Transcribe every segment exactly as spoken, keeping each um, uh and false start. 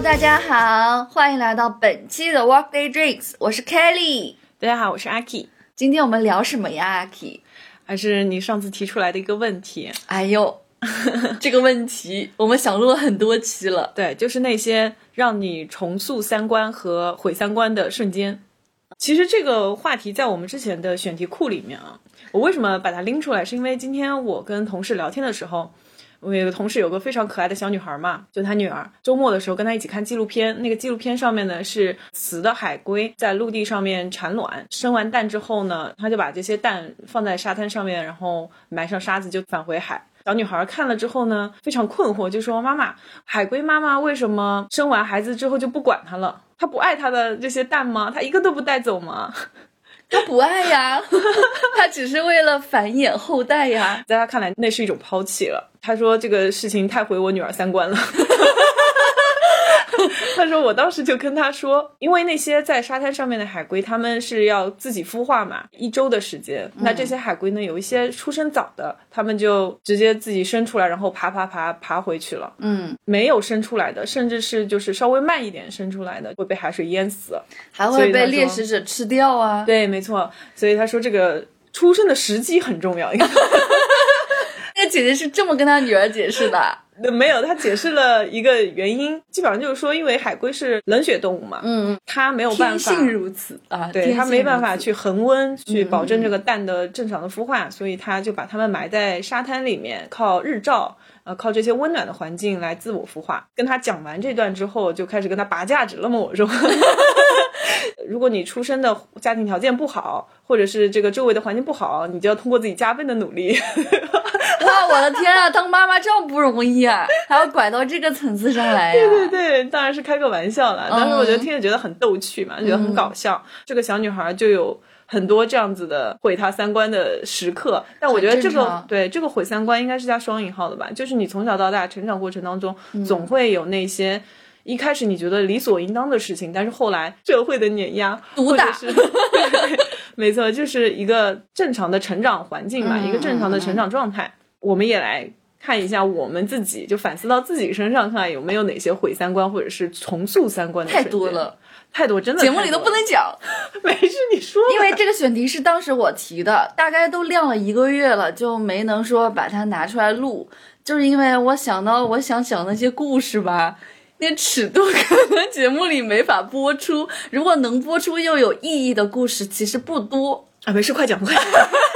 大家好，欢迎来到本期的 Workday Drinks， 我是 Kelly。 大家好，我是阿 K。 今天我们聊什么呀，阿 K？ 还是你上次提出来的一个问题。 哎呦这个问题我们想录了很多期了。 对，就是那些让你重塑三观和毁三观的瞬间。其实这个话题在我们之前的选题库里面啊，我为什么把它拎出来，是因为今天我跟同事聊天的时候，我有个同事有个非常可爱的小女孩嘛，就她女儿周末的时候跟她一起看纪录片，那个纪录片上面呢是雌的海龟在陆地上面产卵，生完蛋之后呢，她就把这些蛋放在沙滩上面，然后埋上沙子就返回海。小女孩看了之后呢非常困惑，就说妈妈，海龟妈妈为什么生完孩子之后就不管她了？她不爱她的这些蛋吗？她一个都不带走吗？ 他不爱呀他只是为了繁衍后代呀。 在他看来那是一种抛弃了。他说这个事情太毁我女儿三观了他说我当时就跟他说，因为那些在沙滩上面的海龟他们是要自己孵化嘛，一周的时间、嗯、那这些海龟呢有一些出生早的，他们就直接自己生出来，然后爬爬爬爬回去了。 嗯， 没有生出来的，甚至是就是稍微慢一点生出来的会被海水淹死， 还会被猎食者吃掉啊。 对，没错。所以他说这个出生的时机很重要那姐姐是这么跟他女儿解释的？ 没有，他解释了一个原因，基本上就是说因为海龟是冷血动物嘛， 嗯， 它没有办法， 天性如此啊， 对，它没办法去恒温去保证这个嗯蛋的正常的孵化、嗯、所以他就把它们埋在沙滩里面，靠日照呃，靠这些温暖的环境来自我孵化。跟他讲完这段之后就开始跟他拔价值了嘛，我说如果你出生的家庭条件不好，或者是这个周围的环境不好，你就要通过自己加倍的努力哇，我的天啊，当妈妈这么不容易啊，还要拐到这个层次上来呀、啊、 对对对，当然是开个玩笑了，但是我觉得听着觉得很逗趣嘛、嗯、觉得很搞笑、嗯、这个小女孩就有很多这样子的毁她三观的时刻。但我觉得这个对这个毁三观应该是加双引号的吧，就是你从小到大成长过程当中、嗯、总会有那些一开始你觉得理所应当的事情，但是后来社会的碾压毒打是没错，就是一个正常的成长环境嘛、嗯、一个正常的成长状态。我们也来看一下我们自己，就反思到自己身上，看有没有哪些毁三观或者是重塑三观的瞬间。 太多了， 太多，真的节目里都不能讲没事你说。 因为这个选题是当时我提的，大概都晾了一个月了，就没能说把它拿出来录，就是因为我想到我想讲那些故事吧，那尺度可能节目里没法播出，如果能播出又有意义的故事其实不多啊。没事，快讲快讲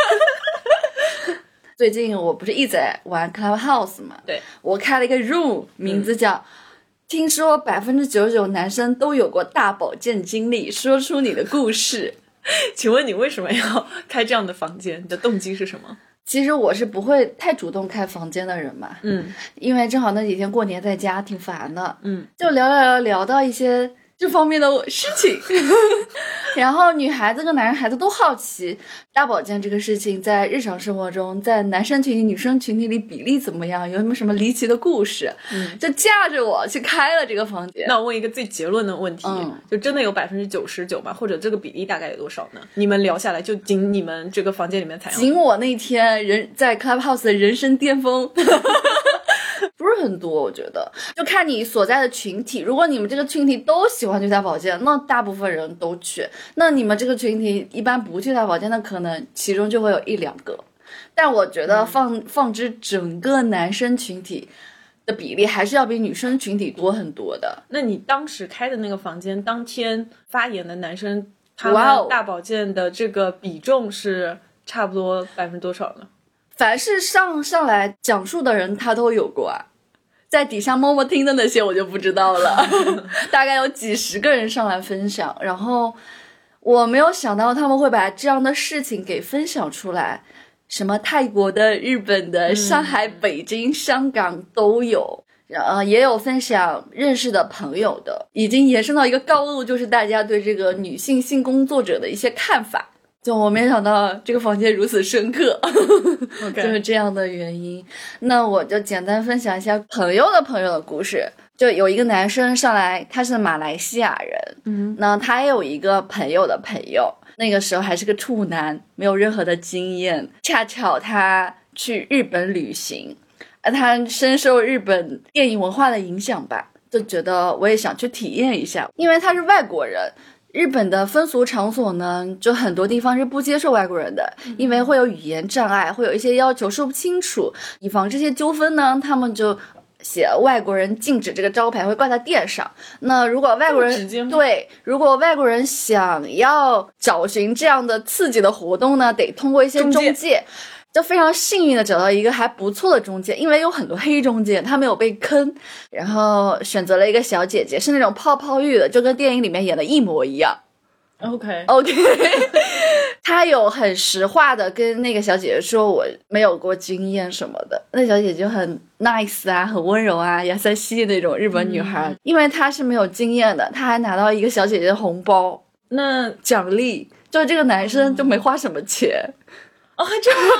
最近我不是一直在玩 Clubhouse 嘛？ 对， 我开了一个 room， 名字叫、嗯、听说百分之九十九男生都有过大保健经历，说出你的故事。 请问你为什么要开这样的房间？你的动机是什么？ 其实我是不会太主动开房间的人嘛， 嗯， 因为正好那几天过年在家挺烦的， 嗯， 就聊聊聊聊到一些这方面的事情然后女孩子跟男孩子都好奇大保健这个事情在日常生活中在男生群体女生群体里比例怎么样，有没有什么离奇的故事、嗯、就架着我去开了这个房间。 那我问一个最结论的问题、嗯、就真的有百分之九十九吗？或者这个比例大概有多少呢？你们聊下来就仅你们这个房间里面采样， 仅我那天人在 Clubhouse 的人生巅峰不是很多，我觉得就看你所在的群体，如果你们这个群体都喜欢去打保健，那大部分人都去，那你们这个群体一般不去打保健，那可能其中就会有一两个，但我觉得放、嗯、放之整个男生群体的比例还是要比女生群体多很多的。 那你当时开的那个房间当天发言的男生他们大保健的这个比重是差不多百分之多少呢？ 凡是上上来讲述的人他都有过啊，在底下默默听的那些我就不知道了大概有几十个人上来分享，然后我没有想到他们会把这样的事情给分享出来，什么泰国的、日本的、上海、北京、香港都有，呃，也有分享认识的朋友的，已经延伸到一个高度，就是大家对这个女性性工作者的一些看法。就我没想到这个房间如此深刻，okay. 就是这样的原因。那我就简单分享一下朋友的朋友的故事。就有一个男生上来，他是马来西亚人，嗯，那他也有一个朋友的朋友，那个时候还是个处男，没有任何的经验，恰巧他去日本旅行，他深受日本电影文化的影响吧， 就觉得我也想去体验一下，因为他是外国人。日本的风俗场所呢，就很多地方是不接受外国人的，因为会有语言障碍，会有一些要求说不清楚，以防这些纠纷呢，他们就写外国人禁止这个招牌会挂在店上。那如果外国人对，如果外国人想要找寻这样的刺激的活动呢，得通过一些中介。中介就非常幸运的找到一个还不错的中介，因为有很多黑中介，他没有被坑，然后选择了一个小姐姐，是那种泡泡浴的，就跟电影里面演的一模一样。 OK OK 他有很实话的跟那个小姐姐说我没有过经验什么的，那小姐姐就很 nice 啊，很温柔啊，亚塞西那种日本女孩、嗯、因为她是没有经验的，她还拿到一个小姐姐的红包那奖励，就这个男生就没花什么钱、嗯哦，这样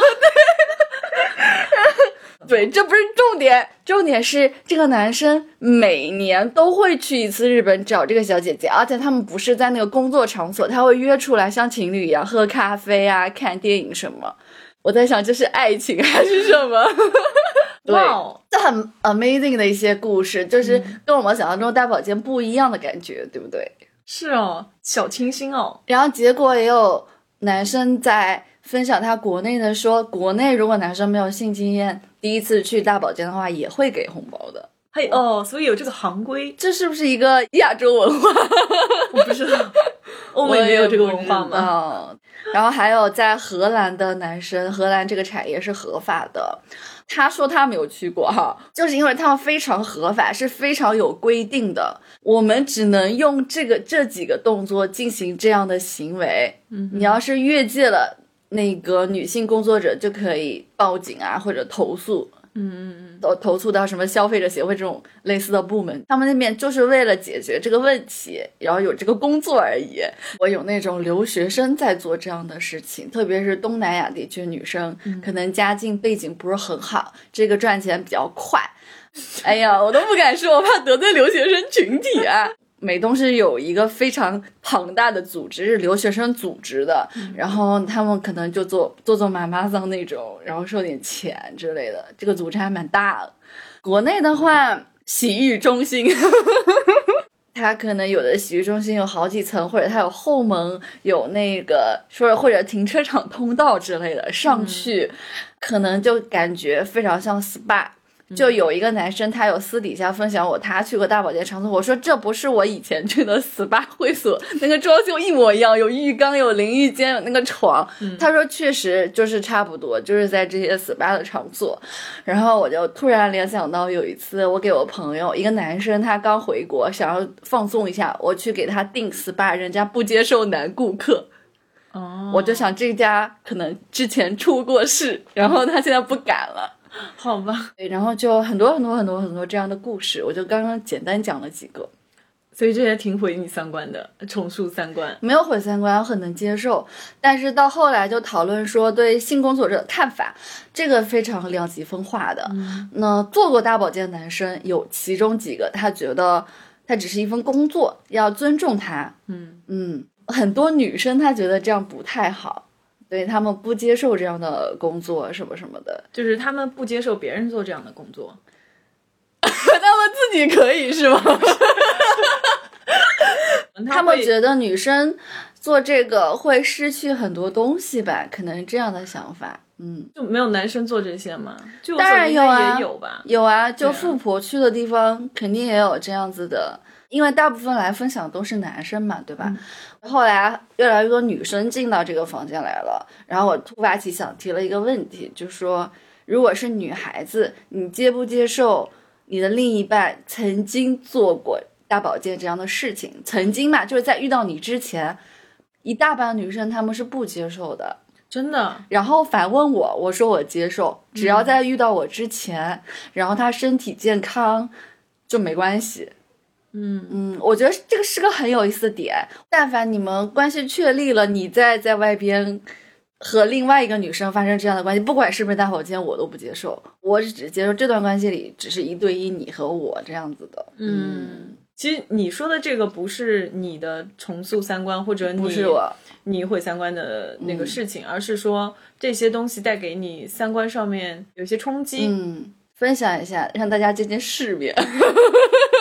对，这不是重点，重点是这个男生每年都会去一次日本找这个小姐姐，而且他们不是在那个工作场所，他会约出来像情侣一样喝咖啡啊、看电影什么。我在想这是爱情还是什么？对，这很 amazing 的一些故事，就是跟我们想象中大保健不一样的感觉，对不对？ 是哦，小清新哦。 然后结果也有男生在分享他国内的说，国内如果男生没有性经验，第一次去大保健的话也会给红包的。 嘿哦，所以有这个行规， 这是不是一个亚洲文化？ 我不知道，欧美没有这个文化吗？ 然后还有在荷兰的男生，荷兰这个产业是合法的。他说他没有去过哈，就是因为他们非常合法，是非常有规定的。我们只能用这个这几个动作进行这样的行为。嗯，你要是越界了，那个女性工作者就可以报警啊，或者投诉。嗯嗯嗯，投投诉到什么消费者协会这种类似的部门，他们那边就是为了解决这个问题，然后有这个工作而已。我有那种留学生在做这样的事情，特别是东南亚地区女生，嗯、可能家境背景不是很好，这个赚钱比较快。哎呀，我都不敢说，我怕得罪留学生群体啊。美东是有一个非常庞大的组织，是留学生组织的、嗯、然后他们可能就做做做妈妈桑那种，然后收点钱之类的，这个组织还蛮大的。国内的话，洗浴中心它可能有的洗浴中心有好几层，或者它有后门，有那个说或者停车场通道之类的，上去、嗯、可能就感觉非常像 S P A。就有一个男生，他有私底下分享我他去过大保健场所，我说这不是我以前去的 S P A 会所，那个装修一模一样，有浴缸，有淋浴间，有那个床、嗯、他说确实就是差不多，就是在这些 S P A 的场所。然后我就突然联想到有一次我给我朋友一个男生，他刚回国想要放松一下，我去给他订 S P A， 人家不接受男顾客。哦，我就想这家可能之前出过事，然后他现在不敢了。 好吧， 对，然后就很多很多很多很多这样的故事，我就刚刚简单讲了几个， 所以这也挺毁你三观的，重塑三观。 没有毁三观，我很能接受，但是到后来就讨论说对性工作者的看法，这个非常两极分化的。嗯、那做过大保健的男生有其中几个，他觉得他只是一份工作，要尊重他。嗯嗯，很多女生她觉得这样不太好。对，他们不接受这样的工作什么什么的， 就是他们不接受别人做这样的工作他们自己可以是吗他们觉得女生做这个会失去很多东西吧，可能这样的想法。嗯， 就没有男生做这些吗？就当然有啊， 也有吧， 有啊，就富婆去的地方肯定也有这样子的，因为大部分来分享都是男生嘛，对吧、嗯、后来越来越多女生进到这个房间来了，然后我突发奇想提了一个问题，就是说如果是女孩子，你接不接受你的另一半曾经做过大保健这样的事情？曾经嘛，就是在遇到你之前，一大半女生她们是不接受的， 真的。 然后反问我，我说我接受，只要在遇到我之前、嗯、然后他身体健康就没关系。嗯嗯，我觉得这个是个很有意思的点，但凡你们关系确立了，你再在外边和另外一个女生发生这样的关系，不管是不是大保健，我都不接受，我只接受这段关系里只是一对一你和我这样子的。 嗯，其实你说的这个不是你的重塑三观或者你不是我你毁三观的那个事情、嗯、而是说这些东西带给你三观上面有些冲击。 嗯，分享一下让大家见见世面谢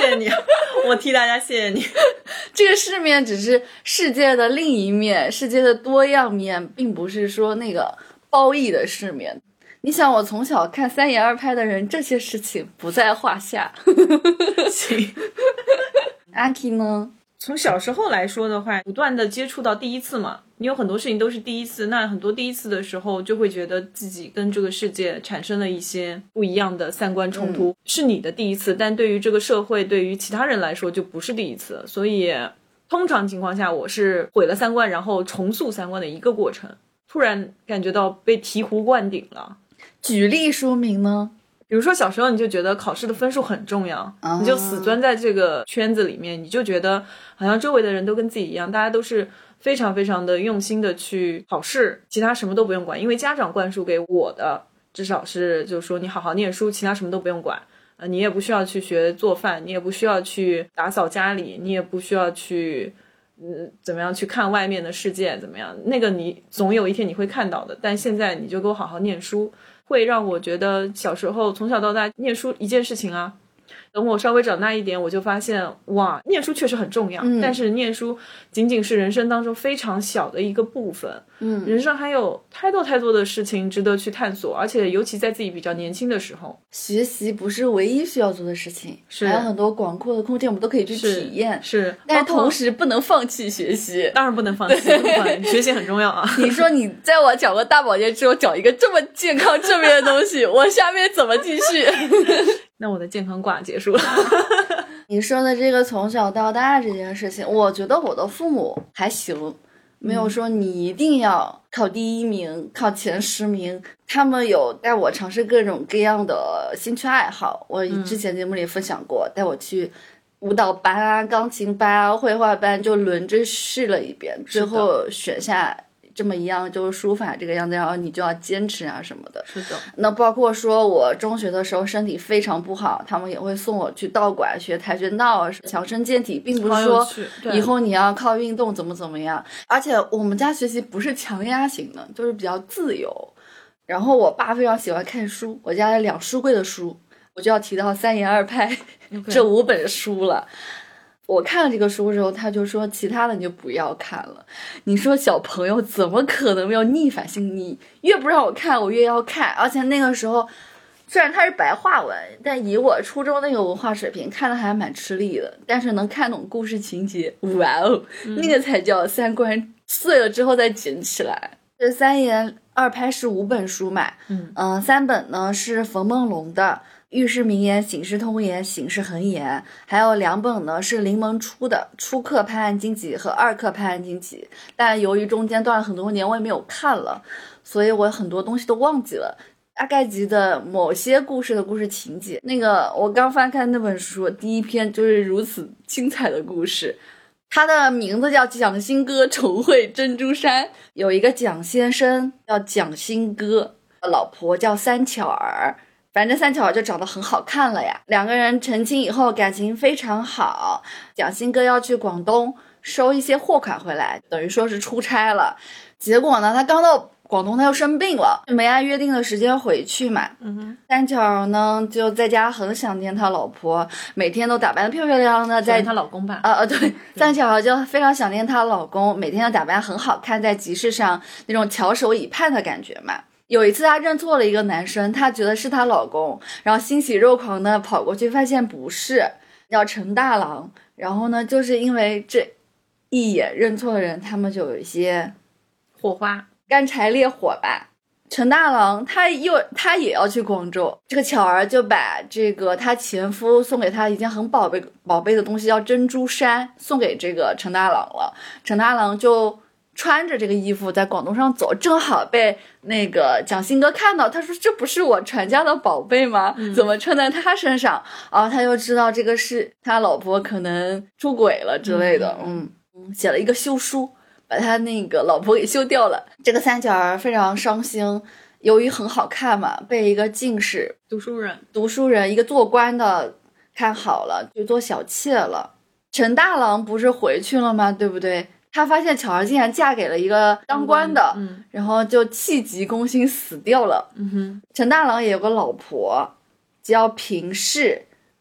谢你，我替大家谢谢你。 这个世面只是世界的另一面，世界的多样面，并不是说那个褒义的世面。你想，我从小看三言二拍的人，这些事情不在话下。 行， 阿 K 呢？ 从小时候来说的话，不断的接触到第一次嘛，你有很多事情都是第一次，那很多第一次的时候就会觉得自己跟这个世界产生了一些不一样的三观冲突、嗯、是你的第一次，但对于这个社会对于其他人来说就不是第一次，所以通常情况下我是毁了三观然后重塑三观的一个过程。突然感觉到被醍醐灌顶了。 举例说明呢？ 比如说小时候你就觉得考试的分数很重要、啊、你就死钻在这个圈子里面，你就觉得好像周围的人都跟自己一样，大家都是非常非常的用心的去考试，其他什么都不用管，因为家长灌输给我的至少是就是说你好好念书，其他什么都不用管、呃、你也不需要去学做饭，你也不需要去打扫家里，你也不需要去嗯，怎么样去看外面的世界怎么样，那个你总有一天你会看到的，但现在你就给我好好念书，会让我觉得小时候从小到大念书一件事情啊，等我稍微长大一点我就发现哇，念书确实很重要、嗯、但是念书仅仅是人生当中非常小的一个部分，嗯，人生还有太多太多的事情值得去探索，而且尤其在自己比较年轻的时候， 学习不是唯一需要做的事情，是还有很多广阔的空间我们都可以去体验， 是，是但是同时不能放弃学习， 当然不能放弃，不能放弃学习很重要啊。 你说你在我讲过大保健之后讲一个这么健康正面的东西我下面怎么继续那我的健康卦结束了你说的这个从小到大这件事情，我觉得我的父母还行，没有说你一定要考第一名考前十名，他们有带我尝试各种各样的兴趣爱好，我之前节目里分享过、嗯、带我去舞蹈班啊钢琴班啊绘画班，就轮着试了一遍，最后选下这么一样就是书法这个样子，然后你就要坚持啊什么的。 是的。 那包括说我中学的时候身体非常不好，他们也会送我去道馆学跆拳道强身健体，并不是说以后你要靠运动怎么怎么样，而且我们家学习不是强压型的，就是比较自由。然后我爸非常喜欢看书，我家有两书柜的书，我就要提到三言二拍、okay. 这五本书了。我看了这个书之后他就说其他的你就不要看了，你说小朋友怎么可能没有逆反性，你越不让我看我越要看，而且那个时候虽然它是白话文，但以我初中那个文化水平看的还蛮吃力的，但是能看懂故事情节，哇哦、嗯、那个才叫三观碎了之后再捡起来。这三言二拍是五本书嘛，嗯、呃、三本呢是冯梦龙的寓世名言、醒世通言、醒世恒言，还有两本呢是临门出的初刻拍案惊奇和二刻拍案惊奇，但由于中间断了很多年我也没有看了，所以我很多东西都忘记了，大概记得某些故事的故事情节。那个我刚翻看那本书第一篇就是如此精彩的故事，它的名字叫蒋新歌重会珍珠山，有一个蒋先生叫蒋新歌，老婆叫三巧儿，反正三巧儿就长得很好看了呀。两个人成亲以后感情非常好，蒋新歌要去广东收一些货款回来，等于说是出差了。结果呢他刚到广东他又生病了，没按约定的时间回去嘛。嗯哼，三巧儿呢就在家很想念他老婆，每天都打扮得漂漂亮亮的，在她老公吧。 呃呃对，三巧儿就非常想念她老公，每天都打扮很好看，在集市上那种翘首以盼的感觉嘛。有一次她认错了一个男生，她觉得是她老公，然后欣喜若狂的跑过去，发现不是，叫陈大郎。然后呢就是因为这一眼认错的人，他们就有一些火花， 干柴烈火吧。陈大郎他又他也要去广州，这个巧儿就把这个他前夫送给他一件很宝贝宝贝的东西叫珍珠衫送给这个陈大郎了。陈大郎就穿着这个衣服在广东上走，正好被那个蒋新歌看到，他说这不是我传家的宝贝吗、嗯、怎么穿在他身上，然后他就知道这个是他老婆可能出轨了之类的。嗯嗯，写了一个休书把他那个老婆给休掉了。这个三巧儿非常伤心，由于很好看嘛，被一个进士读书人读书人一个做官的看好了，就做小妾了。陈大郎不是回去了吗，对不对？他发现巧儿竟然嫁给了一个当官的、嗯、然后就气急攻心死掉了。嗯哼，陈大郎也有个老婆叫平氏，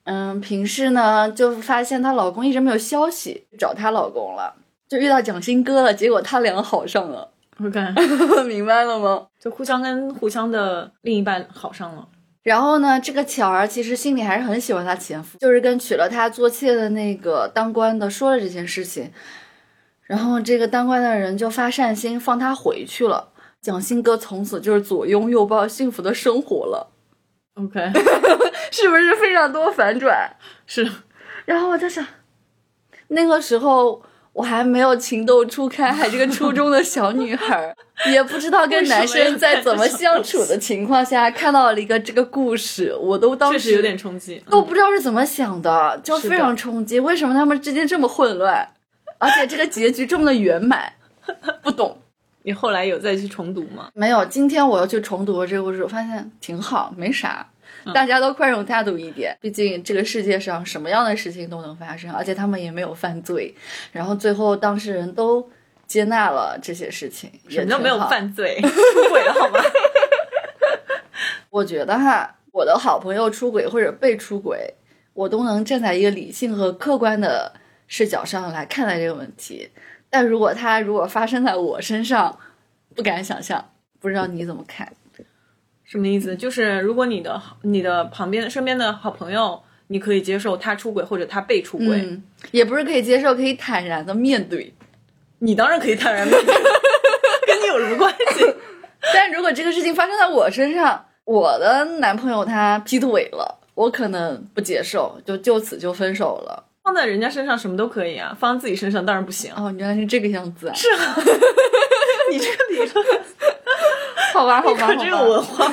嗯，平时呢就发现她老公一直没有消息，找她老公了，就遇到蒋新哥了，结果他俩好上了。 OK， 明白了吗？ 就互相跟互相的另一半好上了。 然后呢，这个巧儿其实心里还是很喜欢她前夫，就是跟娶了她做妾的那个当官的说了这件事情，然后这个当官的人就发善心放她回去了。蒋新哥从此就是左拥右抱，幸福的生活了。 OK， 是不是非常多反转？ 是。 然后我就想，那个时候我还没有情窦初开，还是个初中的小女孩，也不知道跟男生在怎么相处的情况下，看到了一个这个故事，我都当时确实有点冲击， 都不知道是怎么想的，就非常冲击。为什么他们之间这么混乱，而且这个结局这么的圆满？不懂。 你后来有再去重读吗？ 没有，今天我又去重读了这个故事，我发现挺好，没啥。大家都宽容大度一点，毕竟这个世界上什么样的事情都能发生，而且他们也没有犯罪，然后最后当事人都接纳了这些事情。 什么叫没有犯罪？出轨了好吗？ 我觉得哈，我的好朋友出轨或者被出轨，我都能站在一个理性和客观的视角上来看待这个问题。但如果它如果发生在我身上，不敢想象，不知道你怎么看？ 什么意思？就是如果你的你的旁边身边的好朋友，你可以接受他出轨或者他被出轨， 嗯，也不是可以接受，可以坦然的面对。 你当然可以坦然面对，跟你有什么关系？ 但如果这个事情发生在我身上，我的男朋友他劈腿了，我可能不接受，就就此就分手了。 放在人家身上什么都可以啊，放在自己身上当然不行。 哦，原来是这个样子啊！ 是啊，你这个理论， 好吧，好吧， 你可真有文化。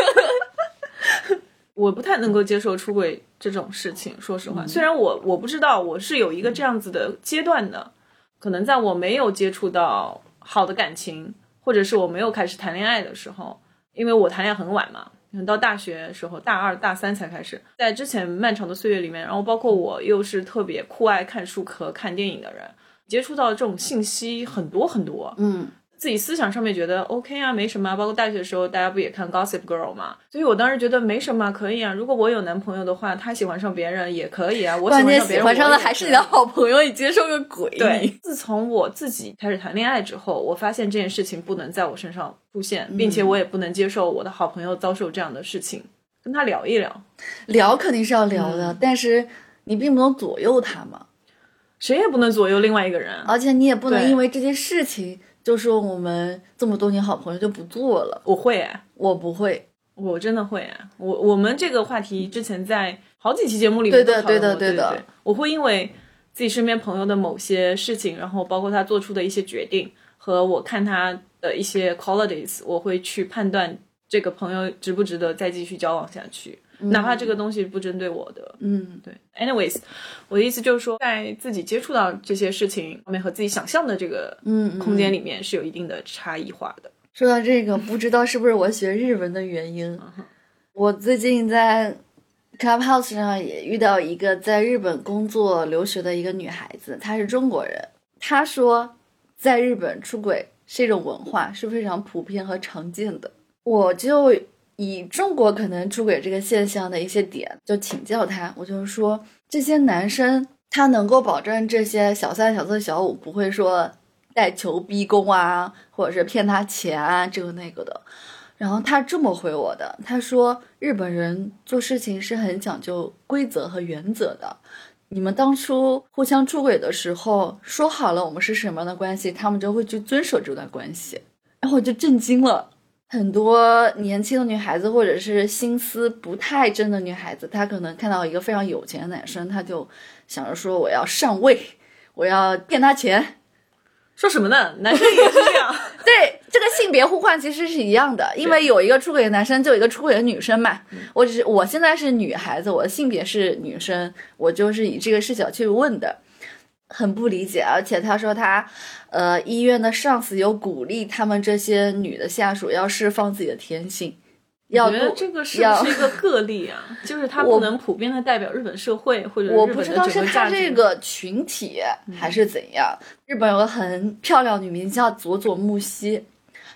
我不太能够接受出轨这种事情，说实话。嗯、虽然我我不知道我是有一个这样子的阶段的，可能在我没有接触到好的感情，或者是我没有开始谈恋爱的时候，因为我谈恋爱很晚嘛。到大学时候大二大三才开始，在之前漫长的岁月里面，然后包括我又是特别酷爱看书和看电影的人，接触到这种信息很多很多， 嗯， 自己思想上面觉得 OK 啊，没什么啊，包括大学的时候大家不也看 Gossip Girl 嘛，所以我当时觉得没什么，可以啊，如果我有男朋友的话，他喜欢上别人也可以啊，我喜欢上别人， 喜欢上的还是你的好朋友，你接受个鬼。 对，自从我自己开始谈恋爱之后，我发现这件事情不能在我身上出现，并且我也不能接受我的好朋友遭受这样的事情，跟他聊一聊。 聊肯定是要聊的，嗯、但是你并不能左右他嘛， 谁也不能左右另外一个人， 而且你也不能因为这件事情就说我们这么多年好朋友就不做了。 我会哎， 我不会， 我真的会哎。我我们这个话题之前在好几期节目里面都讨论过， 对的对的对的。 对对，我会因为自己身边朋友的某些事情，然后包括他做出的一些决定和我看他的一些 qualities， 我会去判断这个朋友值不值得再继续交往下去。哪怕这个东西不针对我的， 嗯， 对。anyways， 我的意思就是说，在自己接触到这些事情方面和自己想象的这个空间里面是有一定的差异化的。 说到这个，不知道是不是我学日文的原因，我最近在 Clubhouse 上也遇到一个在日本工作留学的一个女孩子，她是中国人，她说在日本出轨是一种文化，是非常普遍和常见的。我就以中国可能出轨这个现象的一些点就请教他，我就说这些男生他能够保证这些小三小四小五不会说带球逼宫啊，或者是骗他钱啊这个那个的。然后他这么回我的，他说日本人做事情是很讲究规则和原则的，你们当初互相出轨的时候说好了我们是什么样的关系，他们就会去遵守这段关系。然后我就震惊了，很多年轻的女孩子或者是心思不太真的女孩子，她可能看到一个非常有钱的男生，她就想着说我要上位，我要骗他钱。 说什么呢？男生也是这样。 对，这个性别互换其实是一样的，因为有一个出轨的男生就有一个出轨的女生嘛。我只是我现在是女孩子，我的性别是女生，我就是以这个视角去问的。很不理解，而且他说他呃医院的上司有鼓励他们这些女的下属要释放自己的天性。 我觉得这个是不是一个个例啊？就是它不能普遍的代表日本社会或者日本的整个价值。 我不知道是他这个群体还是怎样。嗯、日本有个很漂亮女明星叫佐佐木希，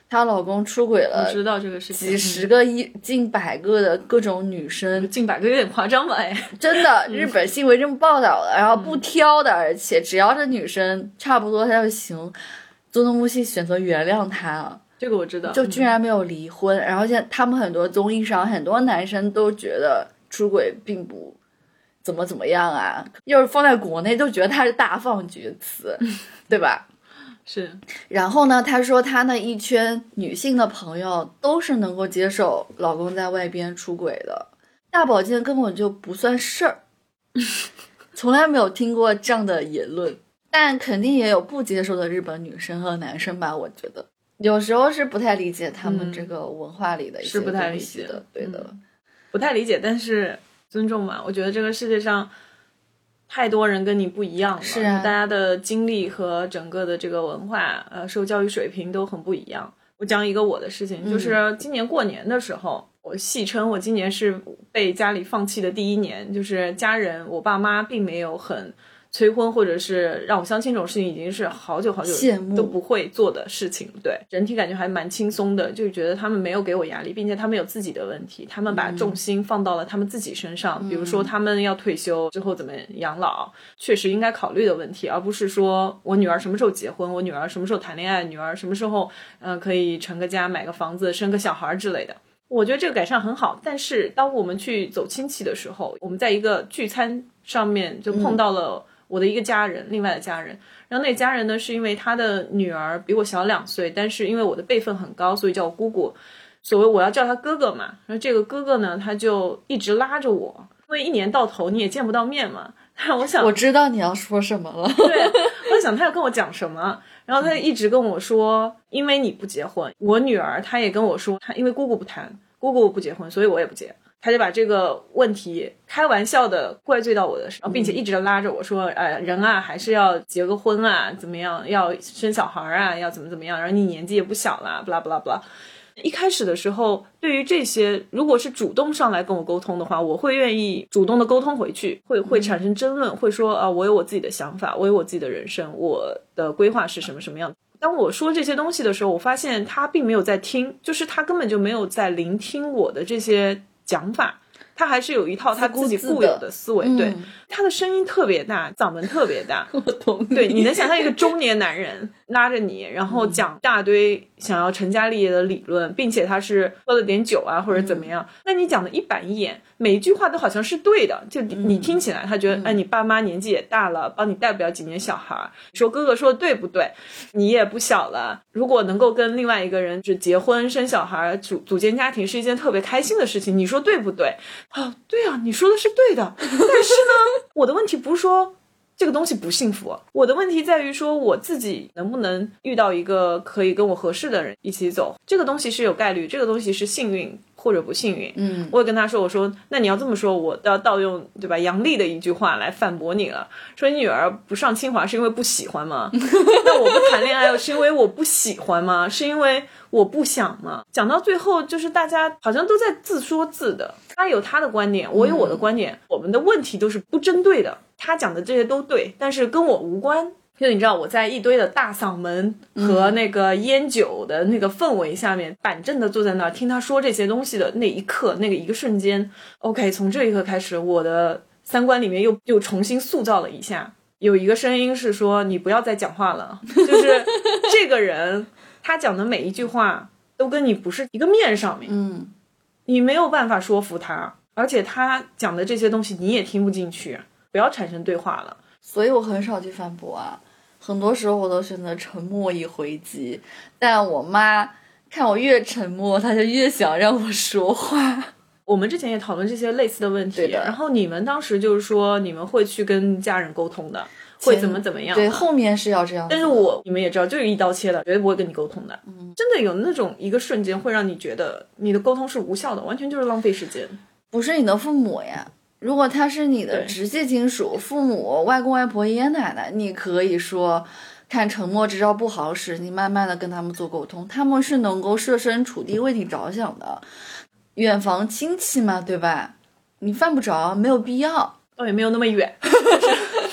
她老公出轨了， 我知道这个事情， 几十个一、嗯、近百个的各种女生， 近百个有点夸张吧？哎， 真的，日本新闻这么报道的，然后不挑的，而且只要这女生差不多她就行，佐藤木希选择原谅她了。 这个我知道， 就居然没有离婚，嗯、然后现在他们很多综艺上，很多男生都觉得出轨并不怎么怎么样啊，要是放在国内都觉得他是大放厥词，对吧？ 是。 然后呢，他说他那一圈女性的朋友都是能够接受老公在外边出轨的，大保健根本就不算事儿，从来没有听过这样的言论，但肯定也有不接受的日本女生和男生吧，我觉得。有时候是不太理解他们这个文化里的一些东西的， 是不太理解的， 对的、 嗯，不太理解，但是尊重嘛。我觉得这个世界上太多人跟你不一样了， 是啊， 大家的经历和整个的这个文化，呃，受教育水平都很不一样。我讲一个我的事情， 嗯、 就是今年过年的时候，我戏称我今年是被家里放弃的第一年，就是家人，我爸妈并没有很催婚或者是让我相亲这种事情已经是好久好久都不会做的事情，对，整体感觉还蛮轻松的，就觉得他们没有给我压力，并且他们有自己的问题，他们把重心放到了他们自己身上、嗯、比如说他们要退休之后怎么养老，确实应该考虑的问题，而不是说我女儿什么时候结婚，我女儿什么时候谈恋爱，女儿什么时候呃可以成个家买个房子生个小孩之类的。我觉得这个改善很好，但是当我们去走亲戚的时候，我们在一个聚餐上面就碰到了、嗯我的一个家人，另外的家人，然后那个家人呢是因为他的女儿比我小两岁，但是因为我的辈分很高，所以叫我姑姑，所谓我要叫他哥哥嘛，然后这个哥哥呢他就一直拉着我，因为一年到头你也见不到面嘛，我想我知道你要说什么了， 对，我想他要跟我讲什么，然后他一直跟我说因为你不结婚，我女儿她也跟我说她因为姑姑不谈，姑姑不结婚，所以我也不结，他就把这个问题开玩笑的怪罪到我的身上，并且一直拉着我说呃，人啊还是要结个婚啊，怎么样，要生小孩啊，要怎么怎么样，然后你年纪也不小了，不啦不啦不啦。一开始的时候对于这些如果是主动上来跟我沟通的话，我会愿意主动的沟通回去，会会产生争论，会说啊，我有我自己的想法，我有我自己的人生，我的规划是什么什么样。当我说这些东西的时候，我发现他并没有在听，就是他根本就没有在聆听我的这些讲法，他还是有一套他自己固有的思维， 自自对、 嗯， 他的声音特别大，嗓门特别大， 我懂你， 对，你能想象一个中年男人拉着你，然后讲大堆想要成家立业的理论，并且他是喝了点酒啊或者怎么样，嗯、那你讲的一板一眼，每一句话都好像是对的，就你听起来他觉得、嗯、哎，你爸妈年纪也大了，帮你带不了几年小孩，说哥哥说的对不对，你也不小了，如果能够跟另外一个人就结婚生小孩组组建家庭是一件特别开心的事情，你说对不对？啊，对啊，你说的是对的，但是呢我的问题不是说这个东西不幸福，我的问题在于说我自己能不能遇到一个可以跟我合适的人一起走，这个东西是有概率，这个东西是幸运或者不幸运。 嗯， 我也跟他说，我说那你要这么说，我要盗用对吧杨笠的一句话来反驳你了，说你女儿不上清华是因为不喜欢吗？那我不谈恋爱是因为我不喜欢吗？是因为我不想吗？讲到最后就是大家好像都在自说自的，他有他的观点，我有我的观点、嗯、我们的问题都是不针对的，他讲的这些都对，但是跟我无关。就你知道我在一堆的大嗓门和那个烟酒的那个氛围下面、嗯、板正的坐在那儿听他说这些东西的那一刻，那个一个瞬间 OK， 从这一刻开始我的三观里面又又重新塑造了一下，有一个声音是说你不要再讲话了，就是这个人他讲的每一句话都跟你不是一个面上面， 嗯， 你没有办法说服他，而且他讲的这些东西你也听不进去，不要产生对话了。 所以我很少去反驳啊，很多时候我都选择沉默以回击，但我妈看我越沉默，她就越想让我说话。 我们之前也讨论这些类似的问题，然后你们当时就是说你们会去跟家人沟通的，会怎么怎么样， 对，后面是要这样， 但是我你们也知道就是一刀切了，绝对不会跟你沟通的、嗯、真的有那种一个瞬间会让你觉得你的沟通是无效的，完全就是浪费时间。 不是你的父母呀，如果他是你的直系亲属，父母、外公外婆、爷爷奶奶，你可以说看沉默这招不好使，你慢慢的跟他们做沟通，他们是能够设身处地为你着想的，远房亲戚嘛，对吧？你犯不着，没有必要， 倒也没有那么远。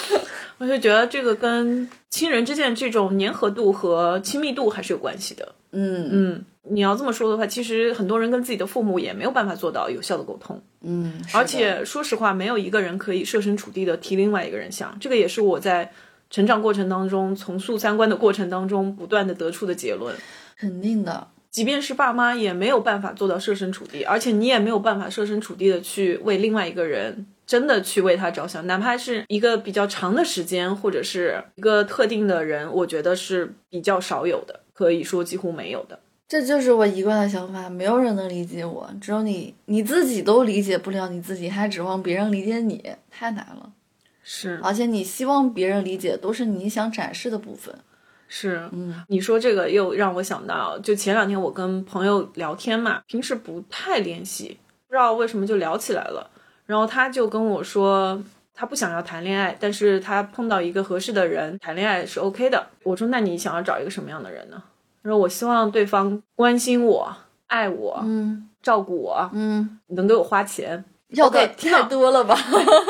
我就觉得这个跟亲人之间这种粘合度和亲密度还是有关系的。 嗯嗯，你要这么说的话，其实很多人跟自己的父母也没有办法做到有效的沟通。 嗯， 而且说实话，没有一个人可以设身处地的替另外一个人想，这个也是我在成长过程当中重塑三观的过程当中不断的得出的结论。 肯定的， 即便是爸妈也没有办法做到设身处地，而且你也没有办法设身处地的去为另外一个人真的去为他着想，哪怕是一个比较长的时间或者是一个特定的人，我觉得是比较少有的，可以说几乎没有的。 这就是我一贯的想法，没有人能理解我，只有你你自己都理解不了你自己，还指望别人理解你，太难了。 是， 而且你希望别人理解都是你想展示的部分。 是， 嗯， 你说这个又让我想到，就前两天我跟朋友聊天嘛，平时不太联系，不知道为什么就聊起来了。然后他就跟我说，他不想要谈恋爱，但是他碰到一个合适的人，谈恋爱是 OK 的。我说，那你想要找一个什么样的人呢？他说，我希望对方关心我、爱我、 嗯， 照顾我， 嗯， 能给我花钱。 要的 OK， 太多了吧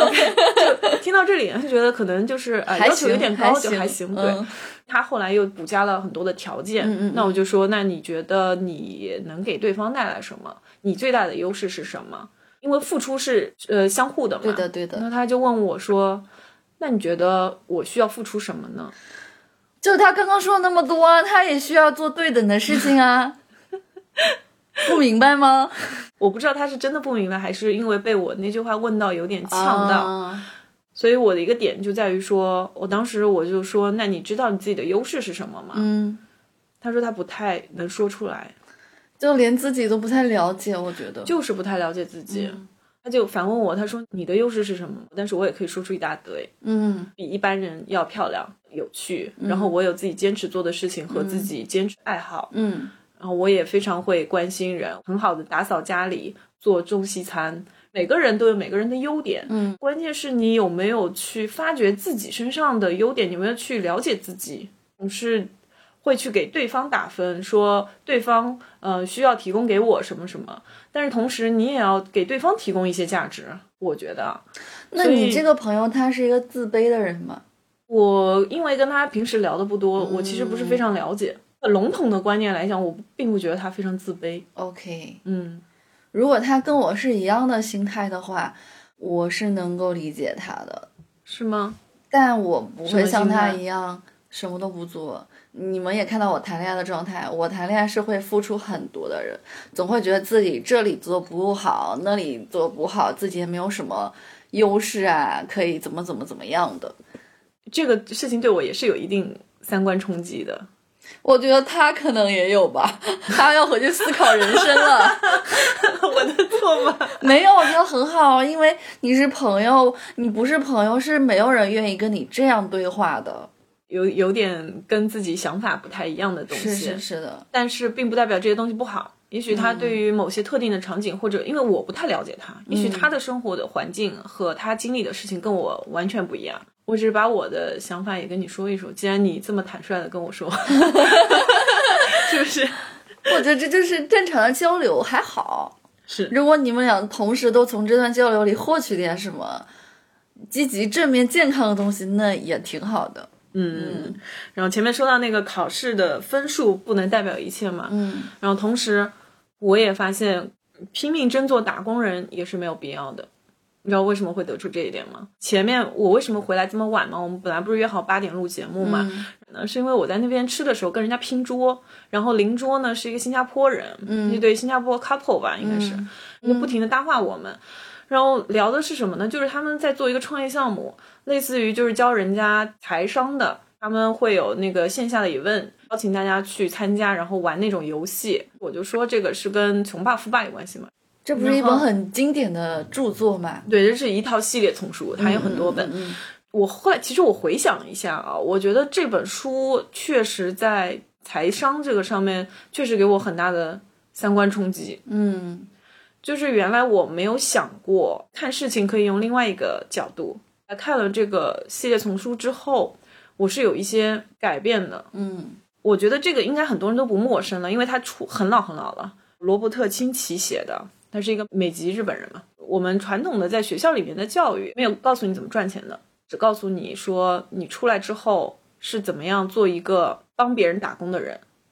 ？OK，就听到这里，就觉得可能就是呃还要求有点高， 还就还行。对。 嗯， 他后来又补加了很多的条件， 嗯嗯嗯那我就说，那你觉得你能给对方带来什么？你最大的优势是什么？因为付出是呃相互的嘛。 对的对的。 那他就问我说，那你觉得我需要付出什么呢？ 就他刚刚说了那么多，他也需要做对等的事情啊。不明白吗？ 我不知道他是真的不明白，还是因为被我那句话问到有点呛到。 啊， 所以我的一个点就在于说，我当时我就说，那你知道你自己的优势是什么吗？ 嗯， 他说他不太能说出来， 就连自己都不太了解，我觉得就是不太了解自己。 嗯他就反问我，他说你的优势是什么？但是我也可以说出一大堆， 嗯比一般人要漂亮、有趣，然后我有自己坚持做的事情和自己坚持爱好， 嗯然后我也非常会关心人，很好的打扫家里，做中西餐。每个人都有每个人的优点， 嗯， 关键是你有没有去发掘自己身上的优点，有没有去了解自己。我是会去给对方打分，说对方呃需要提供给我什么什么，但是同时你也要给对方提供一些价值，我觉得。 那你这个朋友他是一个自卑的人吗？ 我因为跟他平时聊的不多，我其实不是非常了解。笼统的观念来讲，我并不觉得他非常自卑。 OK， 嗯， 如果他跟我是一样的心态的话，我是能够理解他的， 是吗？ 但我不会像他什么心态一样什么都不做。你们也看到我谈恋爱的状态，我谈恋爱是会付出很多的人，总会觉得自己这里做不好，那里做不好，自己也没有什么优势啊，可以怎么怎么怎么样的。 这个事情对我也是有一定三观冲击的。 我觉得他可能也有吧，他要回去思考人生了。 我的错吗？ 没有，我觉得很好，因为你是朋友，你不是朋友，是没有人愿意跟你这样对话的。 有有点跟自己想法不太一样的东西， 是是是的， 但是并不代表这些东西不好。也许他对于某些特定的场景，嗯、或者因为我不太了解他，也许他的生活的环境和他经历的事情跟我完全不一样。我只是把我的想法也跟你说一说，既然你这么坦率的跟我说，是不是？ 我觉得这就是正常的交流，还好。 是， 如果你们俩同时都从这段交流里获取点什么积极、正面、健康的东西，那也挺好的。 嗯，嗯然后前面说到那个考试的分数不能代表一切嘛， 嗯， 然后同时我也发现拼命争做打工人也是没有必要的。你知道为什么会得出这一点吗？前面我为什么回来这么晚吗？我们本来不是约好八点录节目嘛，嗯、是因为我在那边吃的时候跟人家拼桌，然后邻桌呢是一个新加坡人， 嗯， 一对新加坡 couple 吧，应该是， 嗯、 就不停的搭话我们。然后聊的是什么呢？就是他们在做一个创业项目，类似于就是教人家财商的，他们会有那个线下的 event， 邀请大家去参加，然后玩那种游戏。我就说这个是跟穷爸富爸有关系吗？ 这不是一本很经典的著作吗？ 对，这是一套系列丛书，它有很多本。 嗯嗯嗯、 我后来其实我回想了一下啊，我觉得这本书确实在财商这个上面确实给我很大的三观冲击。 嗯， 就是原来我没有想过看事情可以用另外一个角度。看了这个系列丛书之后，我是有一些改变的。 嗯， 我觉得这个应该很多人都不陌生了，因为它出很老很老了，罗伯特清崎写的。他是一个美籍日本人嘛，我们传统的在学校里面的教育没有告诉你怎么赚钱的，只告诉你说你出来之后是怎么样做一个帮别人打工的人，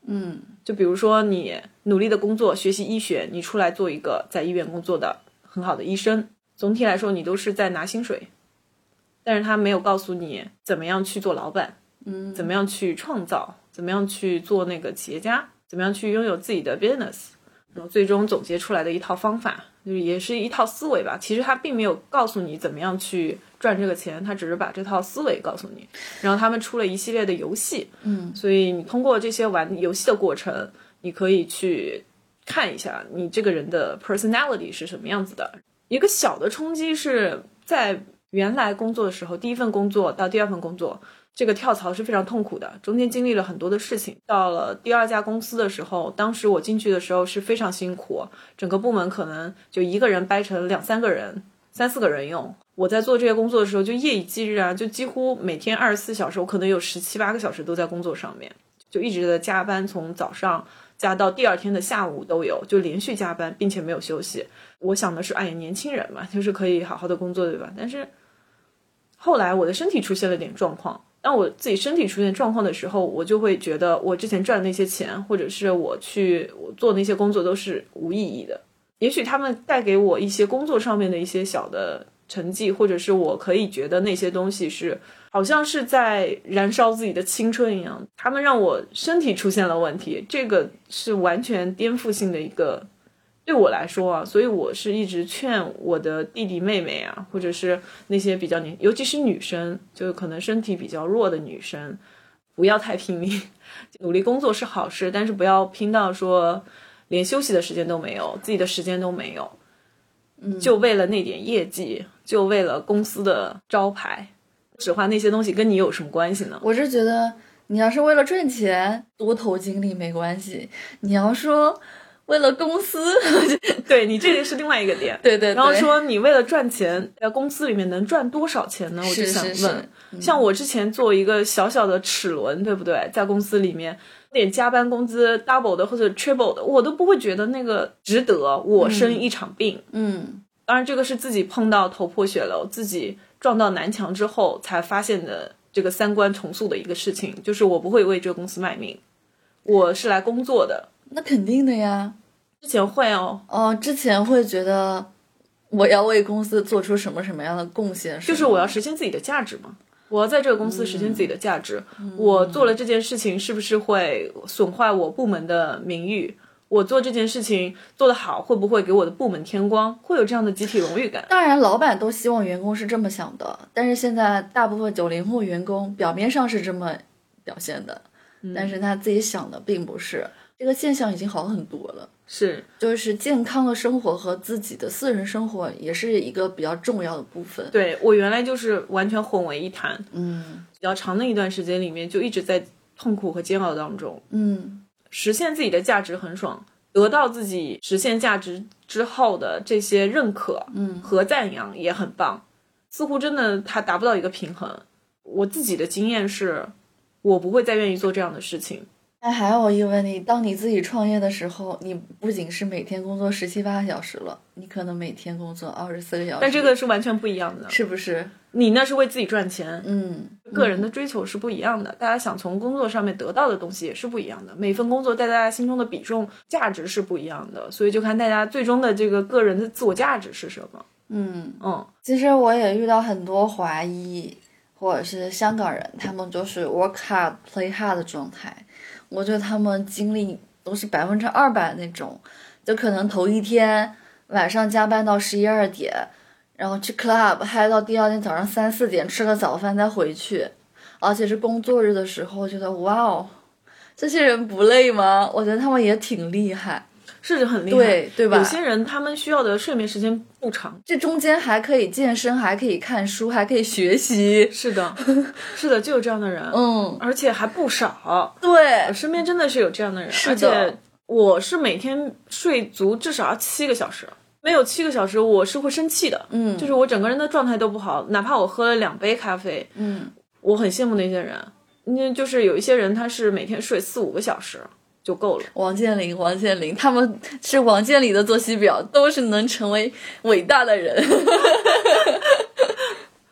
嗯， 就比如说你努力的工作，学习医学，你出来做一个在医院工作的很好的医生，总体来说你都是在拿薪水，但是他没有告诉你怎么样去做老板， 嗯， 怎么样去创造，怎么样去做那个企业家，怎么样去拥有自己的 business， 然后最终总结出来的一套方法，就是也是一套思维吧。其实他并没有告诉你怎么样去赚这个钱，他只是把这套思维告诉你。然后他们出了一系列的游戏， 嗯， 所以你通过这些玩游戏的过程，你可以去看一下你这个人的 personality 是什么样子的。一个小的冲击是在原来工作的时候，第一份工作到第二份工作，这个跳槽是非常痛苦的，中间经历了很多的事情。到了第二家公司的时候，当时我进去的时候是非常辛苦，整个部门可能就一个人掰成两三个人三四个人用。我在做这些工作的时候就夜以继日啊，就几乎每天二十四小时，我可能有十七八个小时都在工作上面，就一直在加班，从早上加到第二天的下午都有，就连续加班并且没有休息。我想的是哎呀，年轻人嘛，就是可以好好的工作，对吧？但是后来我的身体出现了点状况，当我自己身体出现状况的时候，我就会觉得我之前赚的那些钱，或者是我去我做那些工作都是无意义的。也许他们带给我一些工作上面的一些小的成绩，或者是我可以觉得那些东西是好像是在燃烧自己的青春一样，他们让我身体出现了问题，这个是完全颠覆性的一个对我来说啊，所以我是一直劝我的弟弟妹妹啊，或者是那些比较年，尤其是女生，就可能身体比较弱的女生，不要太拼命，努力工作是好事，但是不要拼到说连休息的时间都没有，自己的时间都没有，嗯，就为了那点业绩，就为了公司的招牌，指望那些东西跟你有什么关系呢？ 我是觉得你要是为了赚钱多投精力没关系，你要说为了公司对，你这个是另外一个点对对对， 然后说你为了赚钱在公司里面能赚多少钱呢？我就想问是是是、 嗯、像我之前做一个小小的齿轮，对不对？在公司里面点加班工资 double 的或者 triple 的，我都不会觉得那个值得我生一场病。 嗯， 当然这个是自己碰到头破血流，自己撞到南墙之后才发现的这个三观重塑的一个事情，就是我不会为这个公司卖命，我是来工作的。 那肯定的呀。 之前会哦， 哦，之前会觉得我要为公司做出什么什么样的贡献， 就是我要实现自己的价值嘛。我要在这个公司实现自己的价值、嗯、我做了这件事情是不是会损坏我部门的名誉？我做这件事情做得好，会不会给我的部门添光？会有这样的集体荣誉感。 当然老板都希望员工是这么想的，但是现在大部分九零后员工表面上是这么表现的、嗯、但是他自己想的并不是。这个现象已经好很多了， 是就是健康的生活和自己的私人生活也是一个比较重要的部分。 对，我原来就是完全混为一谈， 嗯， 比较长的一段时间里面就一直在痛苦和煎熬当中。 嗯， 实现自己的价值很爽，得到自己实现价值之后的这些认可嗯和赞扬也很棒，似乎真的它达不到一个平衡。我自己的经验是我不会再愿意做这样的事情。 那还有一个问题，当你自己创业的时候，你不仅是每天工作十七八个小时了，你可能每天工作二十四个小时。 但这个是完全不一样的， 是不是？ 你那是为自己赚钱， 嗯， 个人的追求是不一样的、嗯、大家想从工作上面得到的东西也是不一样的，每份工作在大家心中的比重价值是不一样的，所以就看大家最终的这个个人的自我价值是什么。 嗯嗯， 其实我也遇到很多华裔或者是香港人，他们就是 work hard play hard 的状态，我觉得他们精力都是百分之二百那种，就可能头一天晚上加班到十一二点，然后去 club 嗨到第二天早上三四点，吃个早饭再回去，而且是工作日的时候，觉得哇哦，这些人不累吗？我觉得他们也挺厉害。 是很厉害， 对对吧？ 有些人他们需要的睡眠时间不长， 这中间还可以健身，还可以看书，还可以学习。 是的，是的，就有这样的人， 嗯， 而且还不少。 对， 我身边真的是有这样的人， 是的。 而且我是每天睡足至少要七个小时，没有七个小时我是会生气的。嗯，就是我整个人的状态都不好，哪怕我喝了两杯咖啡， 嗯， 我很羡慕那些人，因为就是有一些人他是每天睡四五个小时就够了。 王健林，王健林，他们是王健林的作息表，都是能成为伟大的人。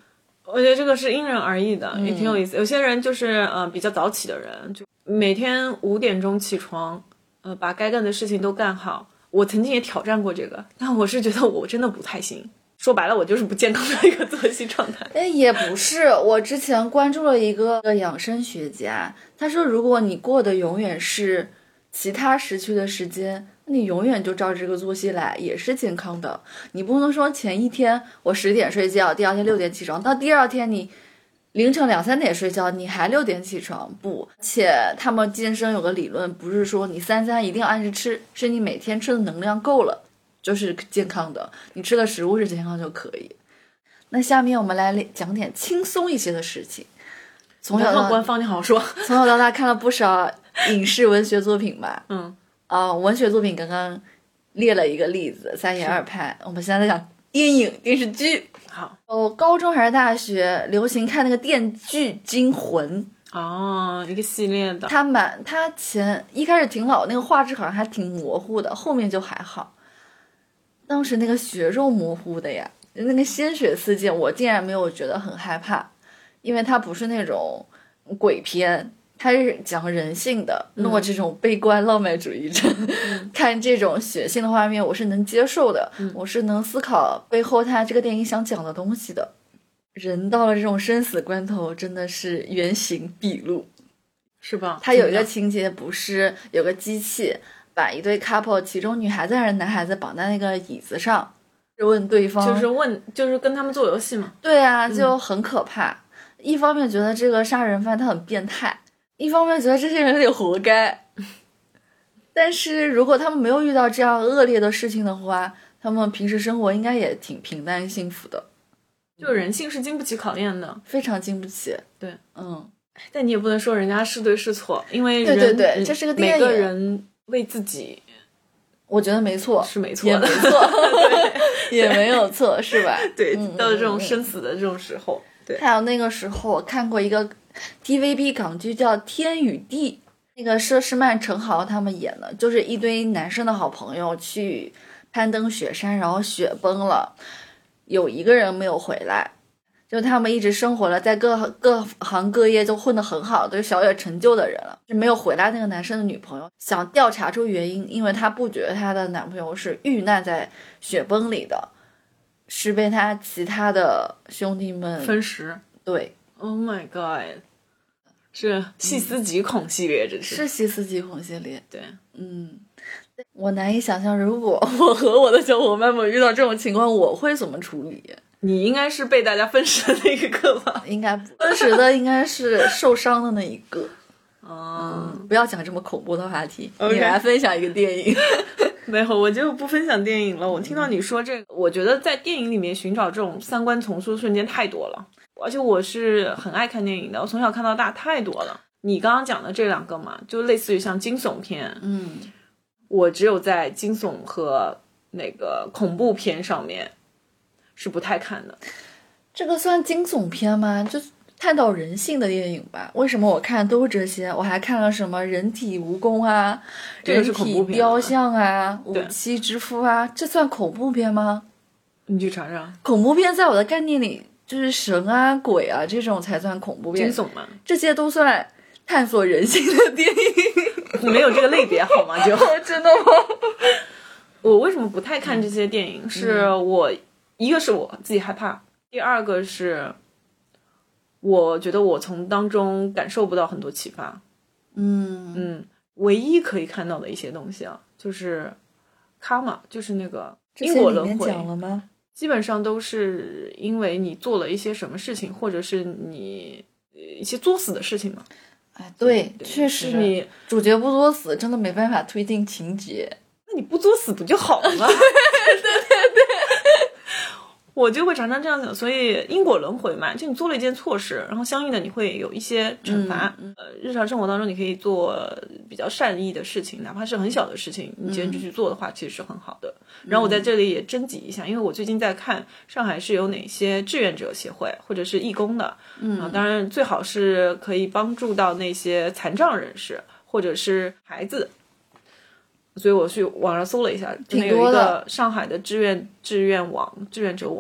我觉得这个是因人而异的，也挺有意思。有些人就是呃比较早起的人，就每天五点钟起床，呃把该干的事情都干好。我曾经也挑战过这个，但我是觉得我真的不太行。说白了，我就是不健康的一个作息状态。 哎，也不是，我之前关注了一个养生学家，他说如果你过的永远是其他时区的时间，你永远就照这个作息来，也是健康的。你不能说前一天我十点睡觉，第二天六点起床，到第二天你凌晨两三点睡觉，你还六点起床，不。且他们健身有个理论，不是说你三餐一定要按时吃，是你每天吃的能量够了就是健康的，你吃的食物是健康就可以。那下面我们来讲点轻松一些的事情。从小到官方你好好说。 从小到大看了不少影视文学作品吧。 嗯， 啊、呃，文学作品刚刚列了一个例子，三言二拍。我们现在在讲电影电视剧。 好， 哦，高中还是大学流行看那个电锯惊魂。 哦，一个系列的。 它满它前一开始挺老，那个画质好像还挺模糊的，后面就还好。当时那个血肉模糊的呀，那个鲜血四溅，我竟然没有觉得很害怕，因为它不是那种鬼片，它是讲人性的。那我这种悲观浪漫主义者、嗯、看这种血腥的画面我是能接受的、嗯、我是能思考背后它这个电影想讲的东西的。人到了这种生死关头真的是原形毕露， 是吧？ 它有一个情节，不是有个机器把一对 couple 其中女孩子还是男孩子绑在那个椅子上，问对方， 就是问就是跟他们做游戏嘛。 对啊，就很可怕、嗯、一方面觉得这个杀人犯他很变态，一方面觉得这些人有点活该但是如果他们没有遇到这样恶劣的事情的话，他们平时生活应该也挺平淡幸福的。 就人性是经不起考验的， 非常经不起。 对， 嗯， 但你也不能说人家是对是错，因为人对对对，这是个电影， 每个人为自己， 我觉得没错， 是没错的， 也没错也没有错，是吧？ 对， 嗯、 到了这种生死的这种时候，对。 还有那个时候我看过一个 T V B 港剧叫《天与地》，那个佘诗曼、陈豪他们演的，就是一堆男生的好朋友去攀登雪山，然后雪崩了。有一个人没有回来，就他们一直生活了，在各各行各业就混得很好，都是小有成就的人了。就没有回来那个男生的女朋友想调查出原因，因为她不觉得她的男朋友是遇难在雪崩里的，是被他其他的兄弟们分食。 对 ，Oh my god， 是细思极恐系列，这是是细思极恐系列。 对， 嗯。我难以想象，如果我和我的小伙伴们遇到这种情况，我会怎么处理？ 你应该是被大家分食的那一个吧？ 应该不分食的，应该是受伤的那一个。 嗯， 嗯不要讲这么恐怖的话题。 Okay. 你来分享一个电影。 没有，我就不分享电影了。我听到你说这个，我觉得在电影里面寻找这种三观重塑瞬间太多了，而且我是很爱看电影的，我从小看到大，太多了。你刚刚讲的这两个嘛，就类似于像惊悚片， 嗯。 我只有在惊悚和那个恐怖片上面是不太看的。 这个算惊悚片吗？就探讨人性的电影吧。为什么我看都是这些？我还看了什么人体蜈蚣啊， 这个是恐怖片啊， 人体雕像啊，五七之夫啊，这算恐怖片吗？ 你去查查。 恐怖片在我的概念里就是神啊鬼啊这种才算恐怖片， 惊悚嘛， 这些都算探索人性的电影。 没有这个类别好吗？就真的吗？ 我为什么不太看这些电影？ 嗯、 是我一个是我自己害怕，第二个是我觉得我从当中感受不到很多启发。 嗯嗯，唯一可以看到的一些东西啊，就是卡玛，就是那个因果轮回。 讲了吗？ 基本上都是因为你做了一些什么事情，或者是你一些作死的事情嘛。 哎，对， 对确实， 你主角不作死，真的没办法推进情节。 那你不作死不就好了吗？对对对，我就会常常这样想。所以因果轮回嘛，就你做了一件错事，然后相应的你会有一些惩罚。 嗯、 呃，日常生活当中你可以做比较善意的事情，哪怕是很小的事情，你坚持去做的话，其实是很好的。然后我在这里也征集一下，因为我最近在看上海是有哪些志愿者协会或者是义工的， 嗯， 啊，当然最好是可以帮助到那些残障人士或者是孩子。所以我去网上搜了一下， 挺有一多的个上海的志愿志愿网志愿者网，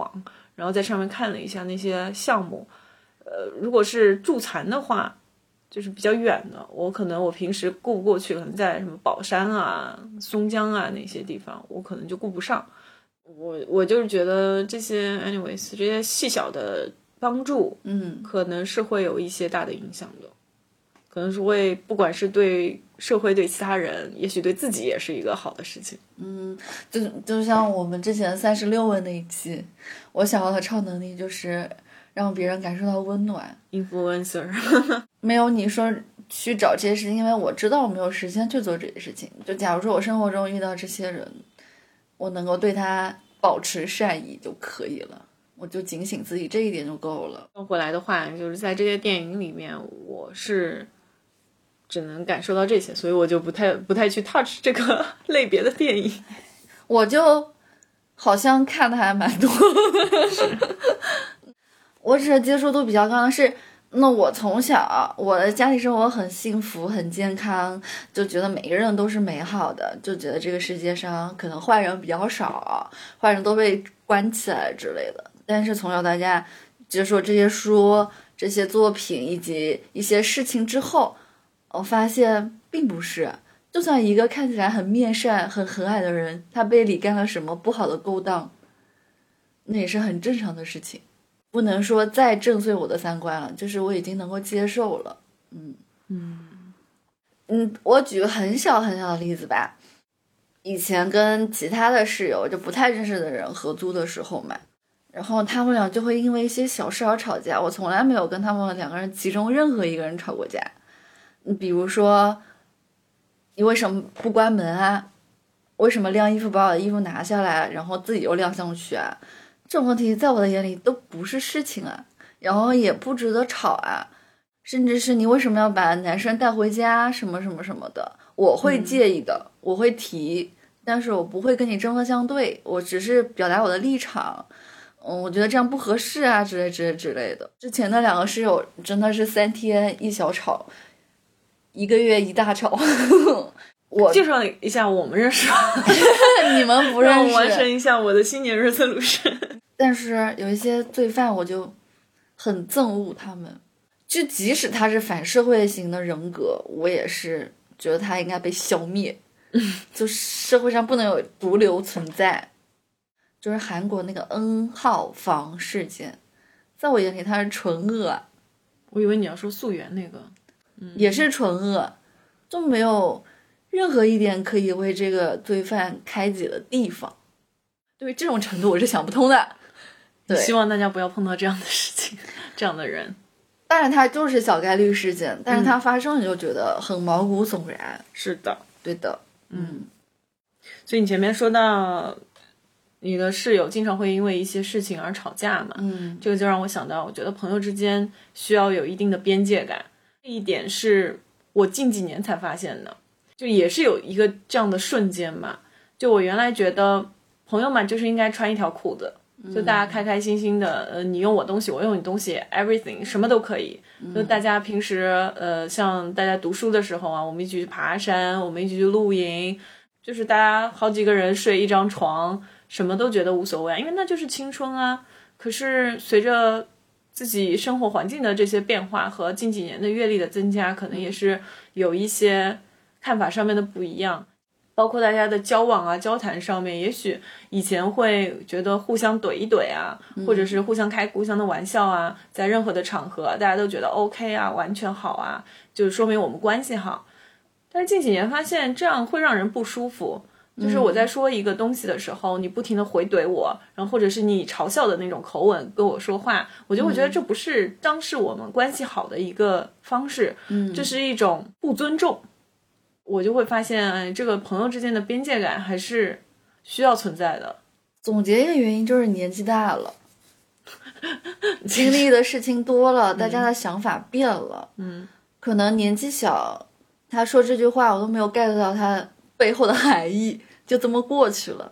然后在上面看了一下那些项目，呃，如果是助残的话，就是比较远的，我可能我平时顾不过去，可能在什么宝山啊、松江啊那些地方，我可能就顾不上。我我就是觉得这些 anyways 这些细小的帮助， 嗯， 可能是会有一些大的影响的，可能是会不管是对社会对其他人，也许对自己也是一个好的事情。 嗯，就就像我们之前三十六问那一期，我想要的超能力就是让别人感受到温暖。 influencer 没有你说去找这些事情，因为我知道我没有时间去做这些事情。就假如说我生活中遇到这些人，我能够对他保持善意就可以了，我就警醒自己这一点就够了。 回来的话，就是在这些电影里面，我是只能感受到这些，所以我就不太不太去 touch 这个类别的电影。 我就好像看的还蛮多的，我只是接触度比较高的是，那我从小我的家庭生活很幸福很健康，就觉得每个人都是美好的，就觉得这个世界上可能坏人比较少，坏人都被关起来之类的。但是从小到大接触这些书、这些作品以及一些事情之后，我发现并不是。就算一个看起来很面善、很和蔼的人，他背里干了什么不好的勾当，那也是很正常的事情。不能说再震碎我的三观了，就是我已经能够接受了。嗯嗯嗯，我举个很小很小的例子吧。以前跟其他的室友就不太认识的人合租的时候嘛，然后他们俩就会因为一些小事而吵架。我从来没有跟他们两个人其中任何一个人吵过架。比如说，你为什么不关门啊？为什么晾衣服把我的衣服拿下来，然后自己又晾上去啊？这种问题在我的眼里都不是事情啊，然后也不值得吵啊，甚至是你为什么要把男生带回家什么什么什么的，我会介意的、嗯、我会提，但是我不会跟你针锋相对，我只是表达我的立场。嗯，我觉得这样不合适啊，之类之类之类的。之前的两个室友真的是三天一小吵，一个月一大吵。我介绍一下我们认识你们不认识， 让我完成一下我的新年resolution。 但是有一些罪犯我就很憎恶他们，就即使他是反社会型的人格，我也是觉得他应该被消灭。就社会上不能有毒瘤存在。就是韩国那个 N 号房事件，在我眼里他是纯恶。 我以为你要说溯源那个、嗯、 也是纯恶，就没有任何一点可以为这个罪犯开解的地方。对这种程度我是想不通的。对， 希望大家不要碰到这样的事情，这样的人。 当然它就是小概率事件，但是它发生你就觉得很毛骨悚然、 嗯、是的， 对的。 嗯，所以你前面说到你的室友经常会因为一些事情而吵架嘛， 嗯， 这个就让我想到，我觉得朋友之间需要有一定的边界感。这一点是我近几年才发现的，就也是有一个这样的瞬间嘛。就我原来觉得朋友嘛就是应该穿一条裤子，就大家开开心心的，呃，你用我东西，我用你东西 ，everything 什么都可以。就大家平时呃，像大家读书的时候啊，我们一起去爬山，我们一起去露营，就是大家好几个人睡一张床，什么都觉得无所谓，因为那就是青春啊。可是随着自己生活环境的这些变化和近几年的阅历的增加，可能也是有一些看法上面的不一样。包括大家的交往啊交谈上面，也许以前会觉得互相怼一怼啊、嗯、或者是互相开互相的玩笑啊，在任何的场合大家都觉得 OK 啊，完全好啊，就说明我们关系好。但是近几年发现这样会让人不舒服，就是我在说一个东西的时候、嗯、你不停的回怼我，然后或者是你嘲笑的那种口吻跟我说话，我就会觉得这不是当时我们关系好的一个方式，嗯，这是一种不尊重。我就会发现、哎、这个朋友之间的边界感还是需要存在的。 总结一个原因就是年纪大了经历的事情多了、嗯、大家的想法变了。 嗯， 可能年纪小他说这句话我都没有 get 到他背后的含义，就这么过去了。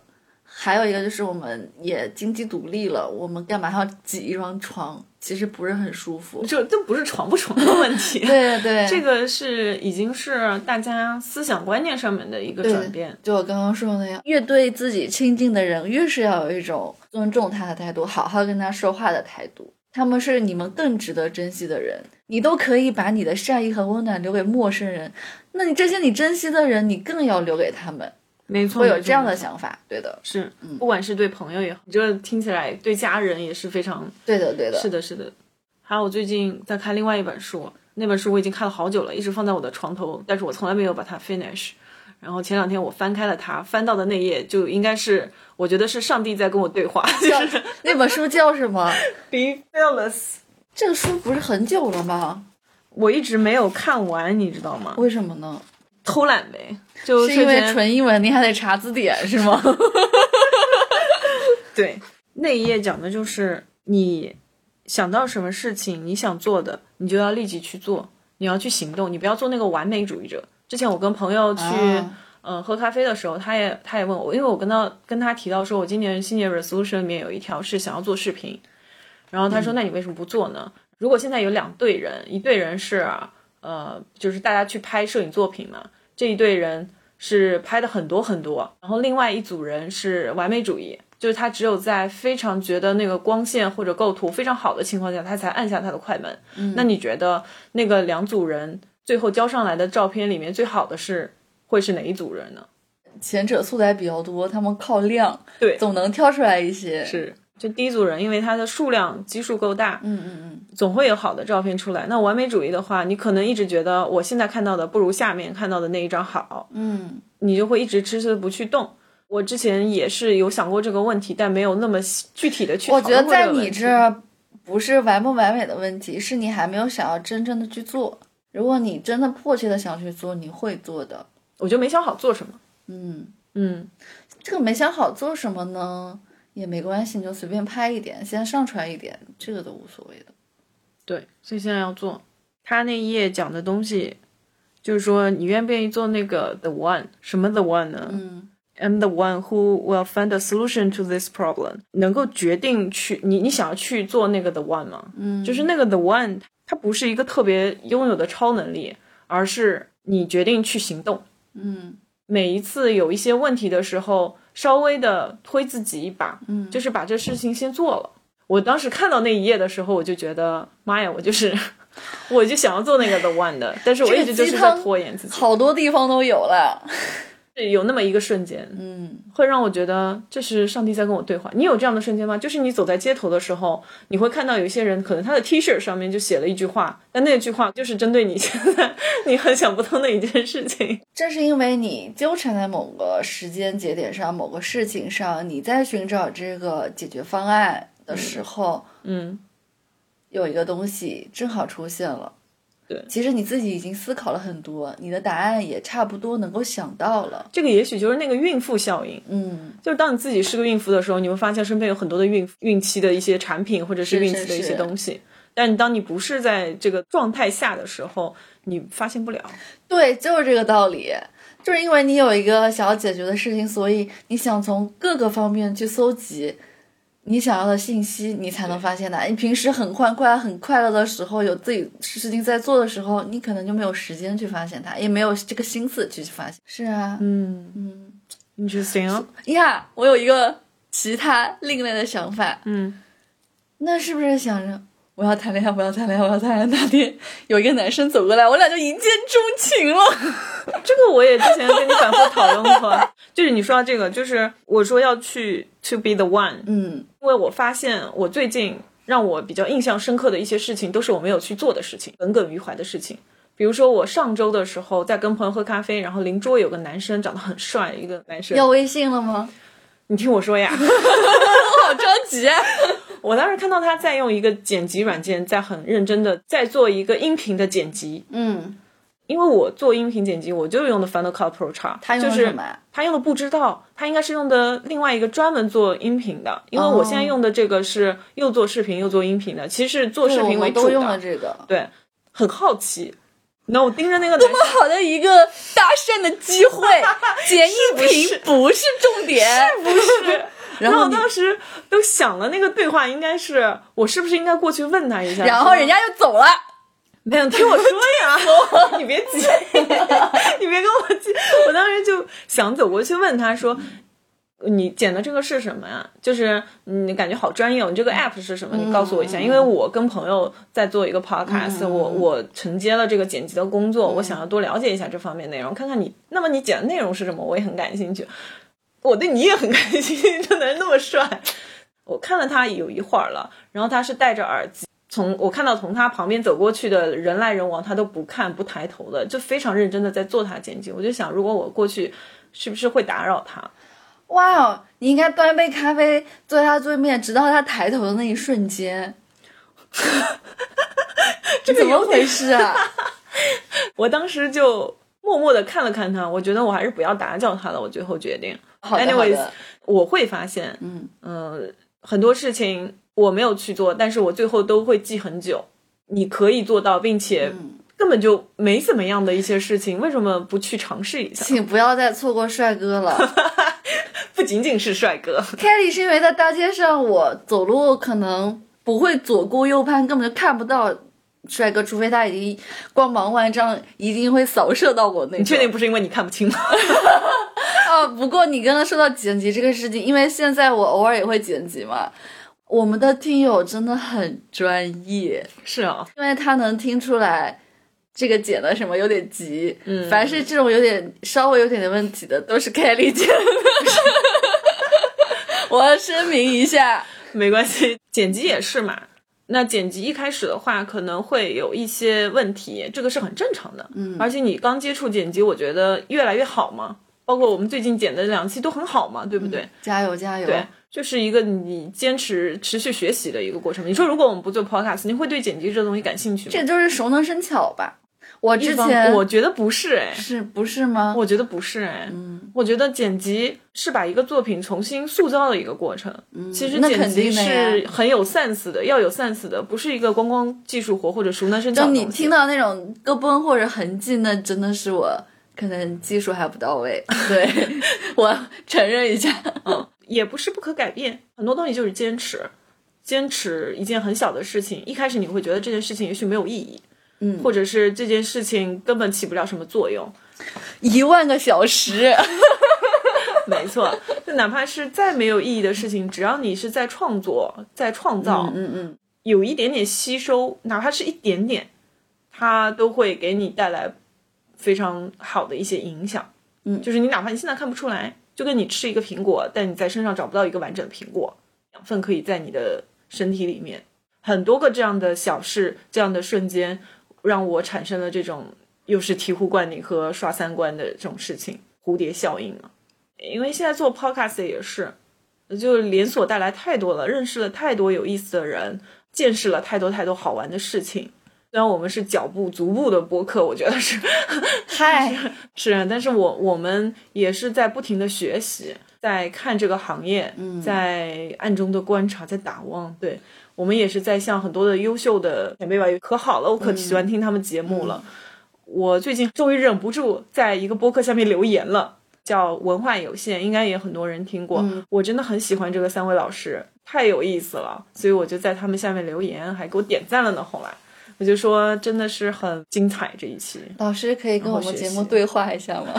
还有一个就是我们也经济独立了，我们干嘛还要挤一张床？其实不是很舒服。 这这不是床不床的问题， 对对， 这个是已经是大家思想观念上面的一个转变。 就我刚刚说的那样，越对自己亲近的人，越是要有一种尊重他的态度，好好跟他说话的态度。他们是你们更值得珍惜的人，你都可以把你的善意和温暖留给陌生人，那你这些你珍惜的人，你更要留给他们。 没错， 会有这样的想法，对的， 是、嗯，不管是对朋友也好，你这听起来对家人也是非常对的，对的， 是的，是的。还有我最近在看另外一本书，那本书我已经看了好久了，一直放在我的床头，但是我从来没有把它 finish。然后前两天我翻开了它，翻到的那页就应该是，我觉得是上帝在跟我对话。就是那本书叫什么 ？Be fearless。 这个书不是很久了吗？ 我一直没有看完，你知道吗？ 为什么呢？ 偷懒呗，就是因为纯英文，你还得查字典是吗？ 对，那一页讲的就是你想到什么事情，你想做的，你就要立即去做，你要去行动，你不要做那个完美主义者。之前我跟朋友去、啊、呃喝咖啡的时候，他也他也问我，因为我跟他跟他提到说，我今年新年 resolution 里面有一条是想要做视频，然后他说、嗯、那你为什么不做呢？如果现在有两队人，一队人是呃就是大家去拍摄影作品嘛。这一队人是拍的很多很多，然后另外一组人是完美主义，就是他只有在非常觉得那个光线或者构图非常好的情况下，他才按下他的快门。嗯，那你觉得那个两组人最后交上来的照片里面最好的是会是哪一组人呢？ 前者素材比较多，他们靠量， 对， 总能挑出来一些。 是。就第一组人，因为它的数量基数够大， 嗯嗯嗯， 总会有好的照片出来。那完美主义的话，你可能一直觉得我现在看到的不如下面看到的那一张好， 嗯， 你就会一直迟迟的不去动。我之前也是有想过这个问题，但没有那么具体的去讨论过这个问题。 我觉得在你这不是完不完美的问题，是你还没有想要真正的去做。如果你真的迫切的想去做，你会做的。 我就没想好做什么。 嗯嗯， 这个没想好做什么呢？也没关系，你就随便拍一点，先上传一点，这个都无所谓的。 对，所以现在要做。他那一页讲的东西，就是说你愿不愿意做那个 the one？ 什么 the one 呢？ 嗯 I'm the one who will find a solution to this problem。能够决定去你你想要去做那个 the one 吗？ 嗯， 就是那个 the one， 它不是一个特别拥有的超能力，而是你决定去行动。 嗯， 每一次有一些问题的时候，稍微的推自己一把， 嗯， 就是把这事情先做了。我当时看到那一页的时候，我就觉得妈呀，我就是我就想要做那个 the one 的，但是我一直就是在拖延自己。 好多地方都有了， 有那么一个瞬间， 嗯， 会让我觉得这是上帝在跟我对话。你有这样的瞬间吗？就是你走在街头的时候，你会看到有一些人，可能他的 T 恤上面就写了一句话，但那句话就是针对你现在你很想不通的一件事情。 正是因为你纠缠在某个时间节点上，某个事情上，你在寻找这个解决方案的时候， 嗯， 有一个东西正好出现了。 对， 其实你自己已经思考了很多，你的答案也差不多能够想到了。 这个也许就是那个孕妇效应。 嗯， 就是当你自己是个孕妇的时候，你会发现身边有很多的孕孕期的一些产品或者是孕期的一些东西，是是是，但当你不是在这个状态下的时候，你发现不了。 对，就是这个道理。就是因为你有一个想要解决的事情，所以你想从各个方面去搜集你想要的信息，你才能发现的。你平时很欢快很快乐的时候，有自己事情在做的时候，你可能就没有时间去发现它，也没有这个心思去发现。是啊， 嗯嗯 ，interesting 呀，我有一个其他另类的想法。 嗯， 那是不是想着我要谈恋爱，我要谈恋爱，我要谈恋爱？那天有一个男生走过来，我俩就一见钟情了。 这个我也之前跟你反复讨论过。就是你说到这个，就是我说要去 to be the one， 嗯， 因为我发现我最近让我比较印象深刻的一些事情，都是我没有去做的事情，耿耿于怀的事情。比如说我上周的时候在跟朋友喝咖啡，然后邻桌有个男生长得很帅，一个男生。 要微信了吗？ 你听我说呀。 我好着急啊。 我当时看到他在用一个剪辑软件，在很认真的在做一个音频的剪辑。 嗯， 因为我做音频剪辑，我就是用的 Final Cut Pro X。 他用的什么？ 就是他用的不知道，他应该是用的另外一个专门做音频的。因为我现在用的这个是又做视频又做音频的，其实是做视频为主的。 我们都用了这个。 对，很好奇， 然后我盯着那个多么好的一个搭讪的机会，剪一屏不是重点， 是不是？然后然后我当时都想了，那个对话应该是我是不是应该过去问他一下， 然后人家就走了。 没有听我说呀，你别急，你别跟我急。我当时就想走过去问他说，你剪的这个是什么呀？就是你感觉好专业哦，你这个 app 是什么？你告诉我一下， 嗯、 因为我跟朋友在做一个 podcast，、 嗯、 我我承接了这个剪辑的工作、嗯，我想要多了解一下这方面内容，看看你，那么你剪的内容是什么？我也很感兴趣。我对你也很感兴趣，这男人那么帅。我看了他有一会儿了，然后他是戴着耳机。从我看到从他旁边走过去的人来人往，他都不看不抬头的，就非常认真的在做他剪辑。我就想，如果我过去，是不是会打扰他？ 哇哦，你应该端杯咖啡坐在他对面，直到他抬头的那一瞬间。这怎么回事啊？ 我当时就默默的看了看他，我觉得我还是不要打搅他了。我最后决定。 好的 Anyways， 好的我会发现， 嗯呃，很多事情我没有去做，但是我最后都会记很久。你可以做到，并且根本就没怎么样的一些事情，为什么不去尝试一下？ 请不要再错过帅哥了。 不仅仅是帅哥 Kelly 是因为在大街上我走路可能不会左顾右盼，根本就看不到帅哥，除非他已经光芒万丈，一定会扫射到我那种。 你确定不是因为你看不清吗？ 啊，不过你刚刚说到剪辑这个事情，因为现在我偶尔也会剪辑嘛，我们的听友真的很专业。 是啊， 因为他能听出来这个剪的什么有点急， 嗯， 凡是这种有点稍微有点的问题的都是 Kelly 剪的。我要声明一下。 没关系，剪辑也是嘛。那剪辑一开始的话可能会有一些问题，这个是很正常的。 嗯， 而且你刚接触剪辑，我觉得越来越好嘛，包括我们最近剪的两期都很好嘛，对不对？ 嗯、加油加油。 对，就是一个你坚持持续学习的一个过程。你说如果我们不做 podcast， 你会对剪辑这东西感兴趣吗？ 这就是熟能生巧吧。我之前我觉得不是哎， 是不是吗？ 我觉得不是哎， 嗯， 我觉得剪辑是把一个作品重新塑造的一个过程。 嗯， 其实剪辑是很有 sense 的，要有 sense 的，不是一个光光技术活或者熟能生巧的东西。 就你听到那种咯嘣或者痕迹，那真的是我可能技术还不到位。对，我承认一下。 嗯，也不是不可改变，很多东西就是坚持，坚持一件很小的事情。一开始你会觉得这件事情也许没有意义。 嗯， 或者是这件事情根本起不了什么作用， 一万个小时， 没错，就哪怕是再没有意义的事情，只要你是在创作、在创造， 嗯嗯嗯， 有一点点吸收，哪怕是一点点，它都会给你带来非常好的一些影响。 嗯， 就是你哪怕你现在看不出来，就跟你吃一个苹果，但你在身上找不到一个完整的苹果，养分可以在你的身体里面，很多个这样的小事，这样的瞬间。让我产生了这种又是醍醐灌顶和刷三观的这种事情，蝴蝶效应嘛。因为现在做 podcast 也是，就连锁带来太多了，认识了太多有意思的人，见识了太多太多好玩的事情。虽然我们是脚步足步的播客，我觉得是， 嗨， 是啊，但是我我们也是在不停的学习，在看这个行业， 嗯， 在暗中的观察，在打望，对。我们也是在向很多的优秀的前辈吧，可好了，我可喜欢听他们节目了。嗯、我最近终于忍不住在一个播客下面留言了，叫文化有限，应该也很多人听过。 嗯、 我真的很喜欢这个三位老师，太有意思了，所以我就在他们下面留言，还给我点赞了呢。后来我就说真的是很精彩这一期。 老师可以跟我们节目对话一下吗？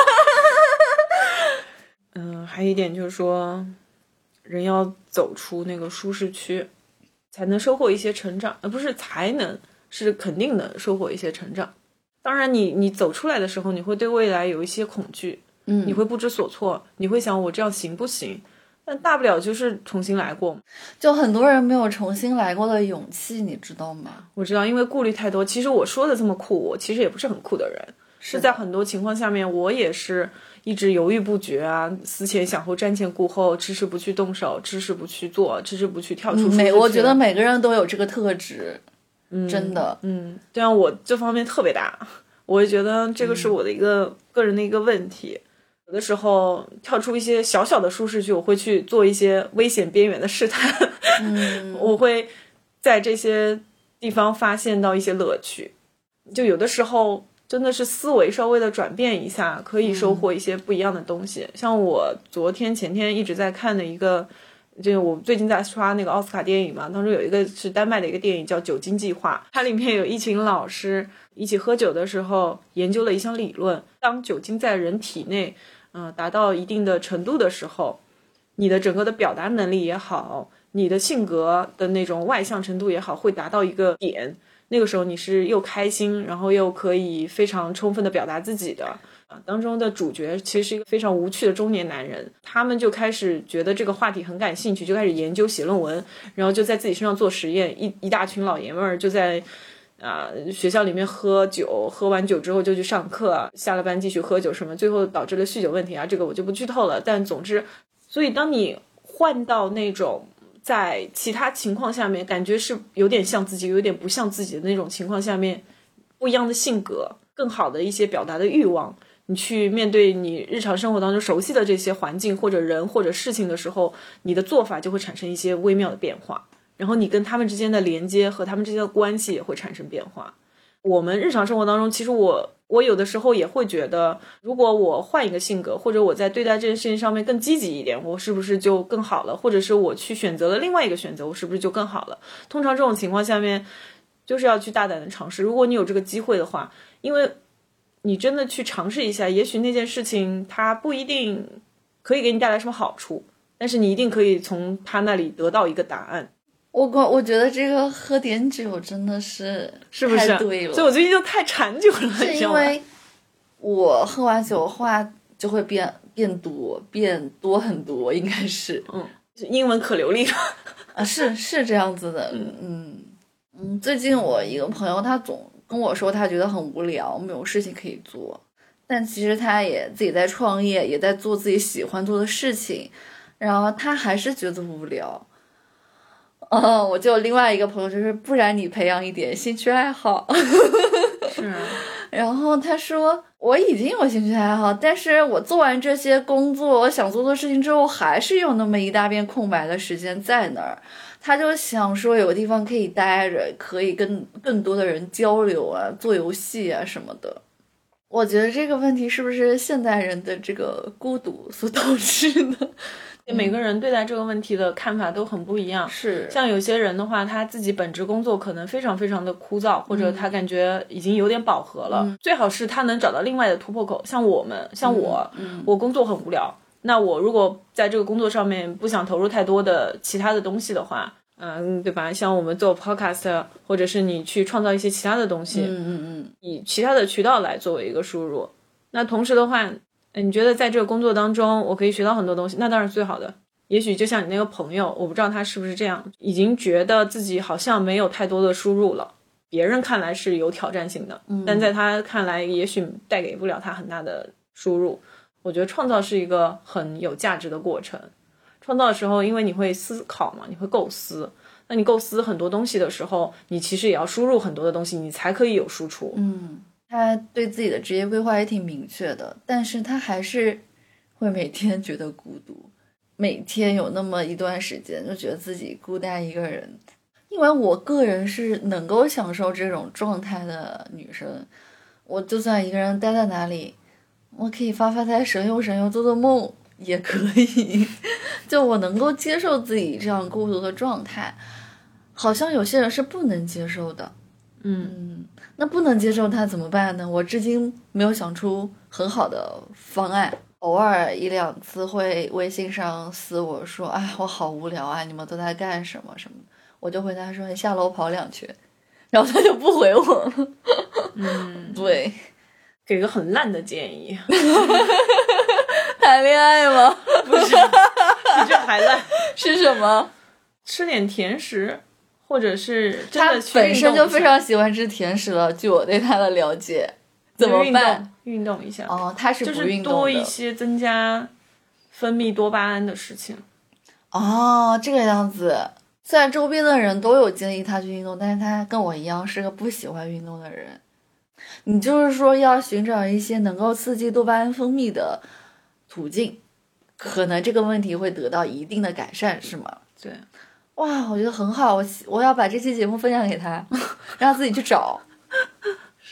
嗯，还有一点就是说，人要走出那个舒适区。才能收获一些成长，而不是才能，是肯定的收获一些成长。当然你你走出来的时候，你会对未来有一些恐惧， 嗯， 你会不知所措，你会想我这样行不行？但大不了就是重新来过。 就很多人没有重新来过的勇气，你知道吗？ 我知道，因为顾虑太多。其实我说的这么酷，我其实也不是很酷的人，是在很多情况下面，我也是一直犹豫不决啊，思前想后，瞻前顾后，迟迟不去动手，迟迟不去做，迟迟不去跳出舒适区。 每我觉得每个人都有这个特质， 嗯， 真的， 嗯，对啊，我这方面特别大，我也觉得这个是我的一个、嗯、个人的一个问题。有的时候跳出一些小小的舒适区，我会去做一些危险边缘的试探， 嗯， 我会在这些地方发现到一些乐趣。 就有的时候真的是思维稍微的转变一下，可以收获一些不一样的东西。嗯、像我昨天前天一直在看的一个，就我最近在刷那个奥斯卡电影嘛，当中有一个是丹麦的一个电影叫《酒精计划》，它里面有一群老师一起喝酒的时候研究了一项理论，当酒精在人体内嗯、呃、达到一定的程度的时候，你的整个的表达能力也好，你的性格的那种外向程度也好，会达到一个点，那个时候你是又开心，然后又可以非常充分的表达自己的。啊，当中的主角其实是一个非常无趣的中年男人，他们就开始觉得这个话题很感兴趣，就开始研究写论文，然后就在自己身上做实验，一一大群老爷们儿就在啊、呃、学校里面喝酒，喝完酒之后就去上课，下了班继续喝酒什么，最后导致了酗酒问题啊，这个我就不剧透了。但总之，所以当你换到那种在其他情况下面感觉是有点像自己有点不像自己的那种情况下面，不一样的性格，更好的一些表达的欲望，你去面对你日常生活当中熟悉的这些环境或者人或者事情的时候，你的做法就会产生一些微妙的变化，然后你跟他们之间的连接和他们之间的关系也会产生变化。我们日常生活当中，其实我我有的时候也会觉得，如果我换一个性格，或者我在对待这件事情上面更积极一点，我是不是就更好了？或者是我去选择了另外一个选择，我是不是就更好了？通常这种情况下面就是要去大胆的尝试，如果你有这个机会的话，因为你真的去尝试一下，也许那件事情它不一定可以给你带来什么好处，但是你一定可以从他那里得到一个答案。 我我觉得这个喝点酒真的是是不是太对了， 所以我最近就太馋酒了。 是因为我喝完酒话就会变变多，变多很多，应该是嗯，英文可流利了啊，是是这样子的。嗯嗯嗯，最近我一个朋友他总跟我说他觉得很无聊，没有事情可以做，但其实他也自己在创业，也在做自己喜欢做的事情，然后他还是觉得无聊。嗯，我就有另外一个朋友，就是不然你培养一点兴趣爱好。 是， 然后他说我已经有兴趣爱好，但是我做完这些工作，我想做的事情之后，还是有那么一大片空白的时间在那儿。他就想说有个地方可以待着，可以跟更多的人交流啊，做游戏啊什么的。我觉得这个问题是不是现代人的这个孤独所导致的？ 每个人对待这个问题的看法都很不一样。 是， 像有些人的话，他自己本职工作可能非常非常的枯燥，或者他感觉已经有点饱和了，嗯、最好是他能找到另外的突破口。像我们，像我， 嗯嗯、 我工作很无聊，那我如果在这个工作上面不想投入太多的其他的东西的话，嗯，对吧？像我们做 podcast， 或者是你去创造一些其他的东西， 嗯嗯嗯， 以其他的渠道来作为一个输入。那同时的话，你觉得在这个工作当中我可以学到很多东西，那当然是最好的。也许就像你那个朋友，我不知道他是不是这样，已经觉得自己好像没有太多的输入了，别人看来是有挑战性的、嗯、但在他看来也许带给不了他很大的输入。我觉得创造是一个很有价值的过程，创造的时候因为你会思考嘛，你会构思，那你构思很多东西的时候，你其实也要输入很多的东西，你才可以有输出。 嗯，他对自己的职业规划也挺明确的，但是他还是会每天觉得孤独，每天有那么一段时间就觉得自己孤单一个人。因为我个人是能够享受这种状态的女生，我就算一个人待在哪里，我可以发发呆，神游神游，做做梦也可以就我能够接受自己这样孤独的状态。好像有些人是不能接受的。 嗯嗯，那不能接受他怎么办呢？我至今没有想出很好的方案。偶尔一两次会微信上私我说，哎，我好无聊啊，你们都在干什么什么，我就回他说你下楼跑两圈，然后他就不回我了。 嗯， 对， 给个很烂的建议。 谈恋爱吗？ 不是，比这还烂。 是什么？ 吃点甜食，或者是真的去他本身就非常喜欢吃甜食了，据我对他的了解。怎么办？ 运动一下。 哦，他是不运动的， 就是多一些增加分泌多巴胺的事情。 哦，这个样子。虽然周边的人都有建议他去运动，但是他跟我一样是个不喜欢运动的人。你就是说要寻找一些能够刺激多巴胺分泌的途径，可能这个问题会得到一定的改善，是吗？ 对。 哇，我觉得很好，我我要把这期节目分享给他，让他自己去找。 是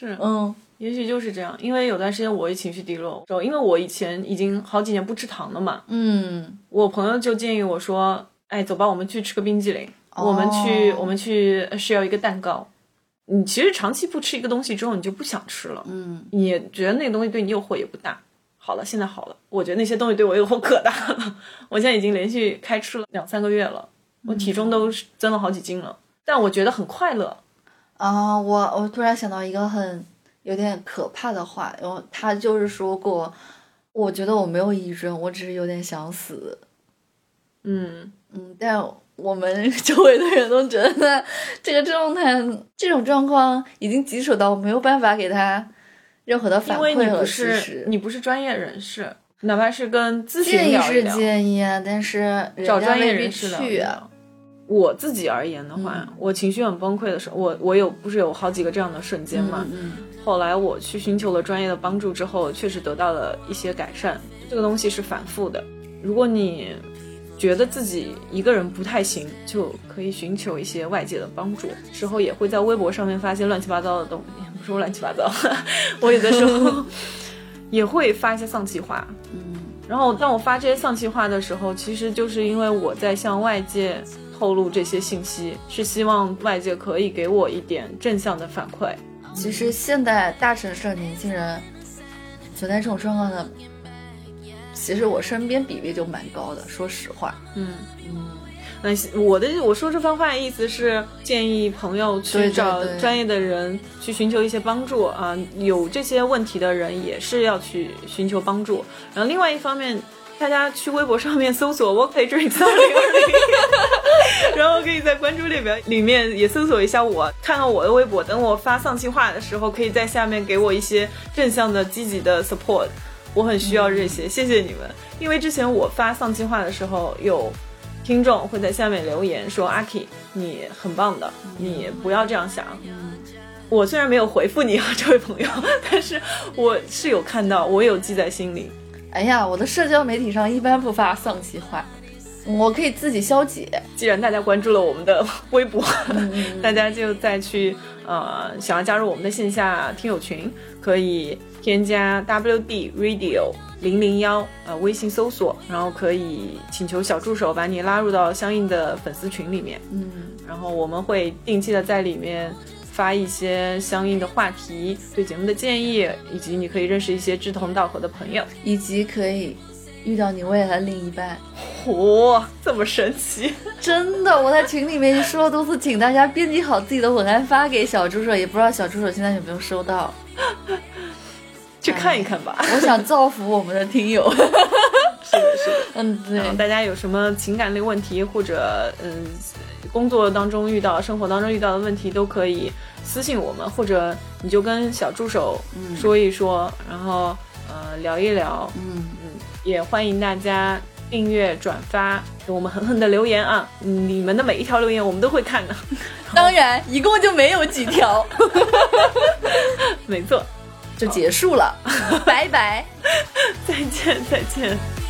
是， 嗯， 也许就是这样，因为有段时间我也情绪低落，因为我以前已经好几年不吃糖了嘛， 嗯， 我朋友就建议我说，哎，走吧，我们去吃个冰激凌， 哦、 我们去我们去是要一个蛋糕。你其实长期不吃一个东西之后，你就不想吃了， 嗯， 你也觉得那个东西对你诱惑也不大。好了，现在好了，我觉得那些东西对我诱惑可大了，我现在已经连续开吃了两三个月了，我体重都增了好几斤了，但我觉得很快乐。 啊，我我突然想到一个很有点可怕的话，然后他就是说过，我觉得我没有抑郁症，我只是有点想死。 嗯嗯，但我们周围的人都觉得这个状态，这种状况已经棘手到我没有办法给他任何的反馈和支持。 你不是专业人士，哪怕是跟咨询建议聊一聊， 是建议啊，但是找专业人士去啊。我自己而言的话、嗯、我情绪很崩溃的时候，我我有不是有好几个这样的瞬间嘛、 嗯嗯、 后来我去寻求了专业的帮助之后，确实得到了一些改善。这个东西是反复的，如果你觉得自己一个人不太行，就可以寻求一些外界的帮助。之后也会在微博上面发一些乱七八糟的东西，不是乱七八糟我有的时候也会发一些丧气话， 嗯， 然后当我发这些丧气话的时候，其实就是因为我在向外界透露这些信息，是希望外界可以给我一点正向的反馈。 其实现在大城市的年轻人存在这种状况的，其实我身边比例就蛮高的，说实话。 嗯嗯，那我的我说这番话的意思是建议朋友去找专业的人去寻求一些帮助啊，有这些问题的人也是要去寻求帮助。然后另外一方面，大家去微博上面搜索 Workday Drinks 二零二零 然后可以在关注列表里面也搜索一下我，看到我的微博，等我发丧气话的时候，可以在下面给我一些正向的积极的 support， 我很需要这些、嗯、谢谢你们。因为之前我发丧气话的时候，有听众会在下面留言说阿 K 你很棒的，你不要这样想。 嗯， 我虽然没有回复你啊这位朋友，但是我是有看到，我有记在心里。 哎呀，我的社交媒体上一般不发丧气话，我可以自己消解。 既然大家关注了我们的微博、 嗯、 大家就再去呃想要加入我们的线下听友群，可以添加 W D Radio 零零一呃微信搜索，然后可以请求小助手把你拉入到相应的粉丝群里面。 嗯， 然后我们会定期的在里面发一些相应的话题，对节目的建议，以及你可以认识一些志同道合的朋友， 以及可以遇到你未来的另一半。 嚯、哦，这么神奇！ 真的，我在群里面说了多次，请大家编辑好自己的文案发给小助手，也不知道小助手现在有没有收到， 去看一看吧。 我想造福我们的听友。 是的，是的， 嗯，对。 大家有什么情感类问题，或者嗯工作当中遇到、生活当中遇到的问题，都可以私信我们，或者你就跟小助手说一说，嗯、然后呃聊一聊。 嗯嗯，也欢迎大家订阅、转发，给我们狠狠的留言啊！你们的每一条留言我们都会看的。 当然，一共就没有几条。 没错， 就结束了。拜拜， 再见，再见。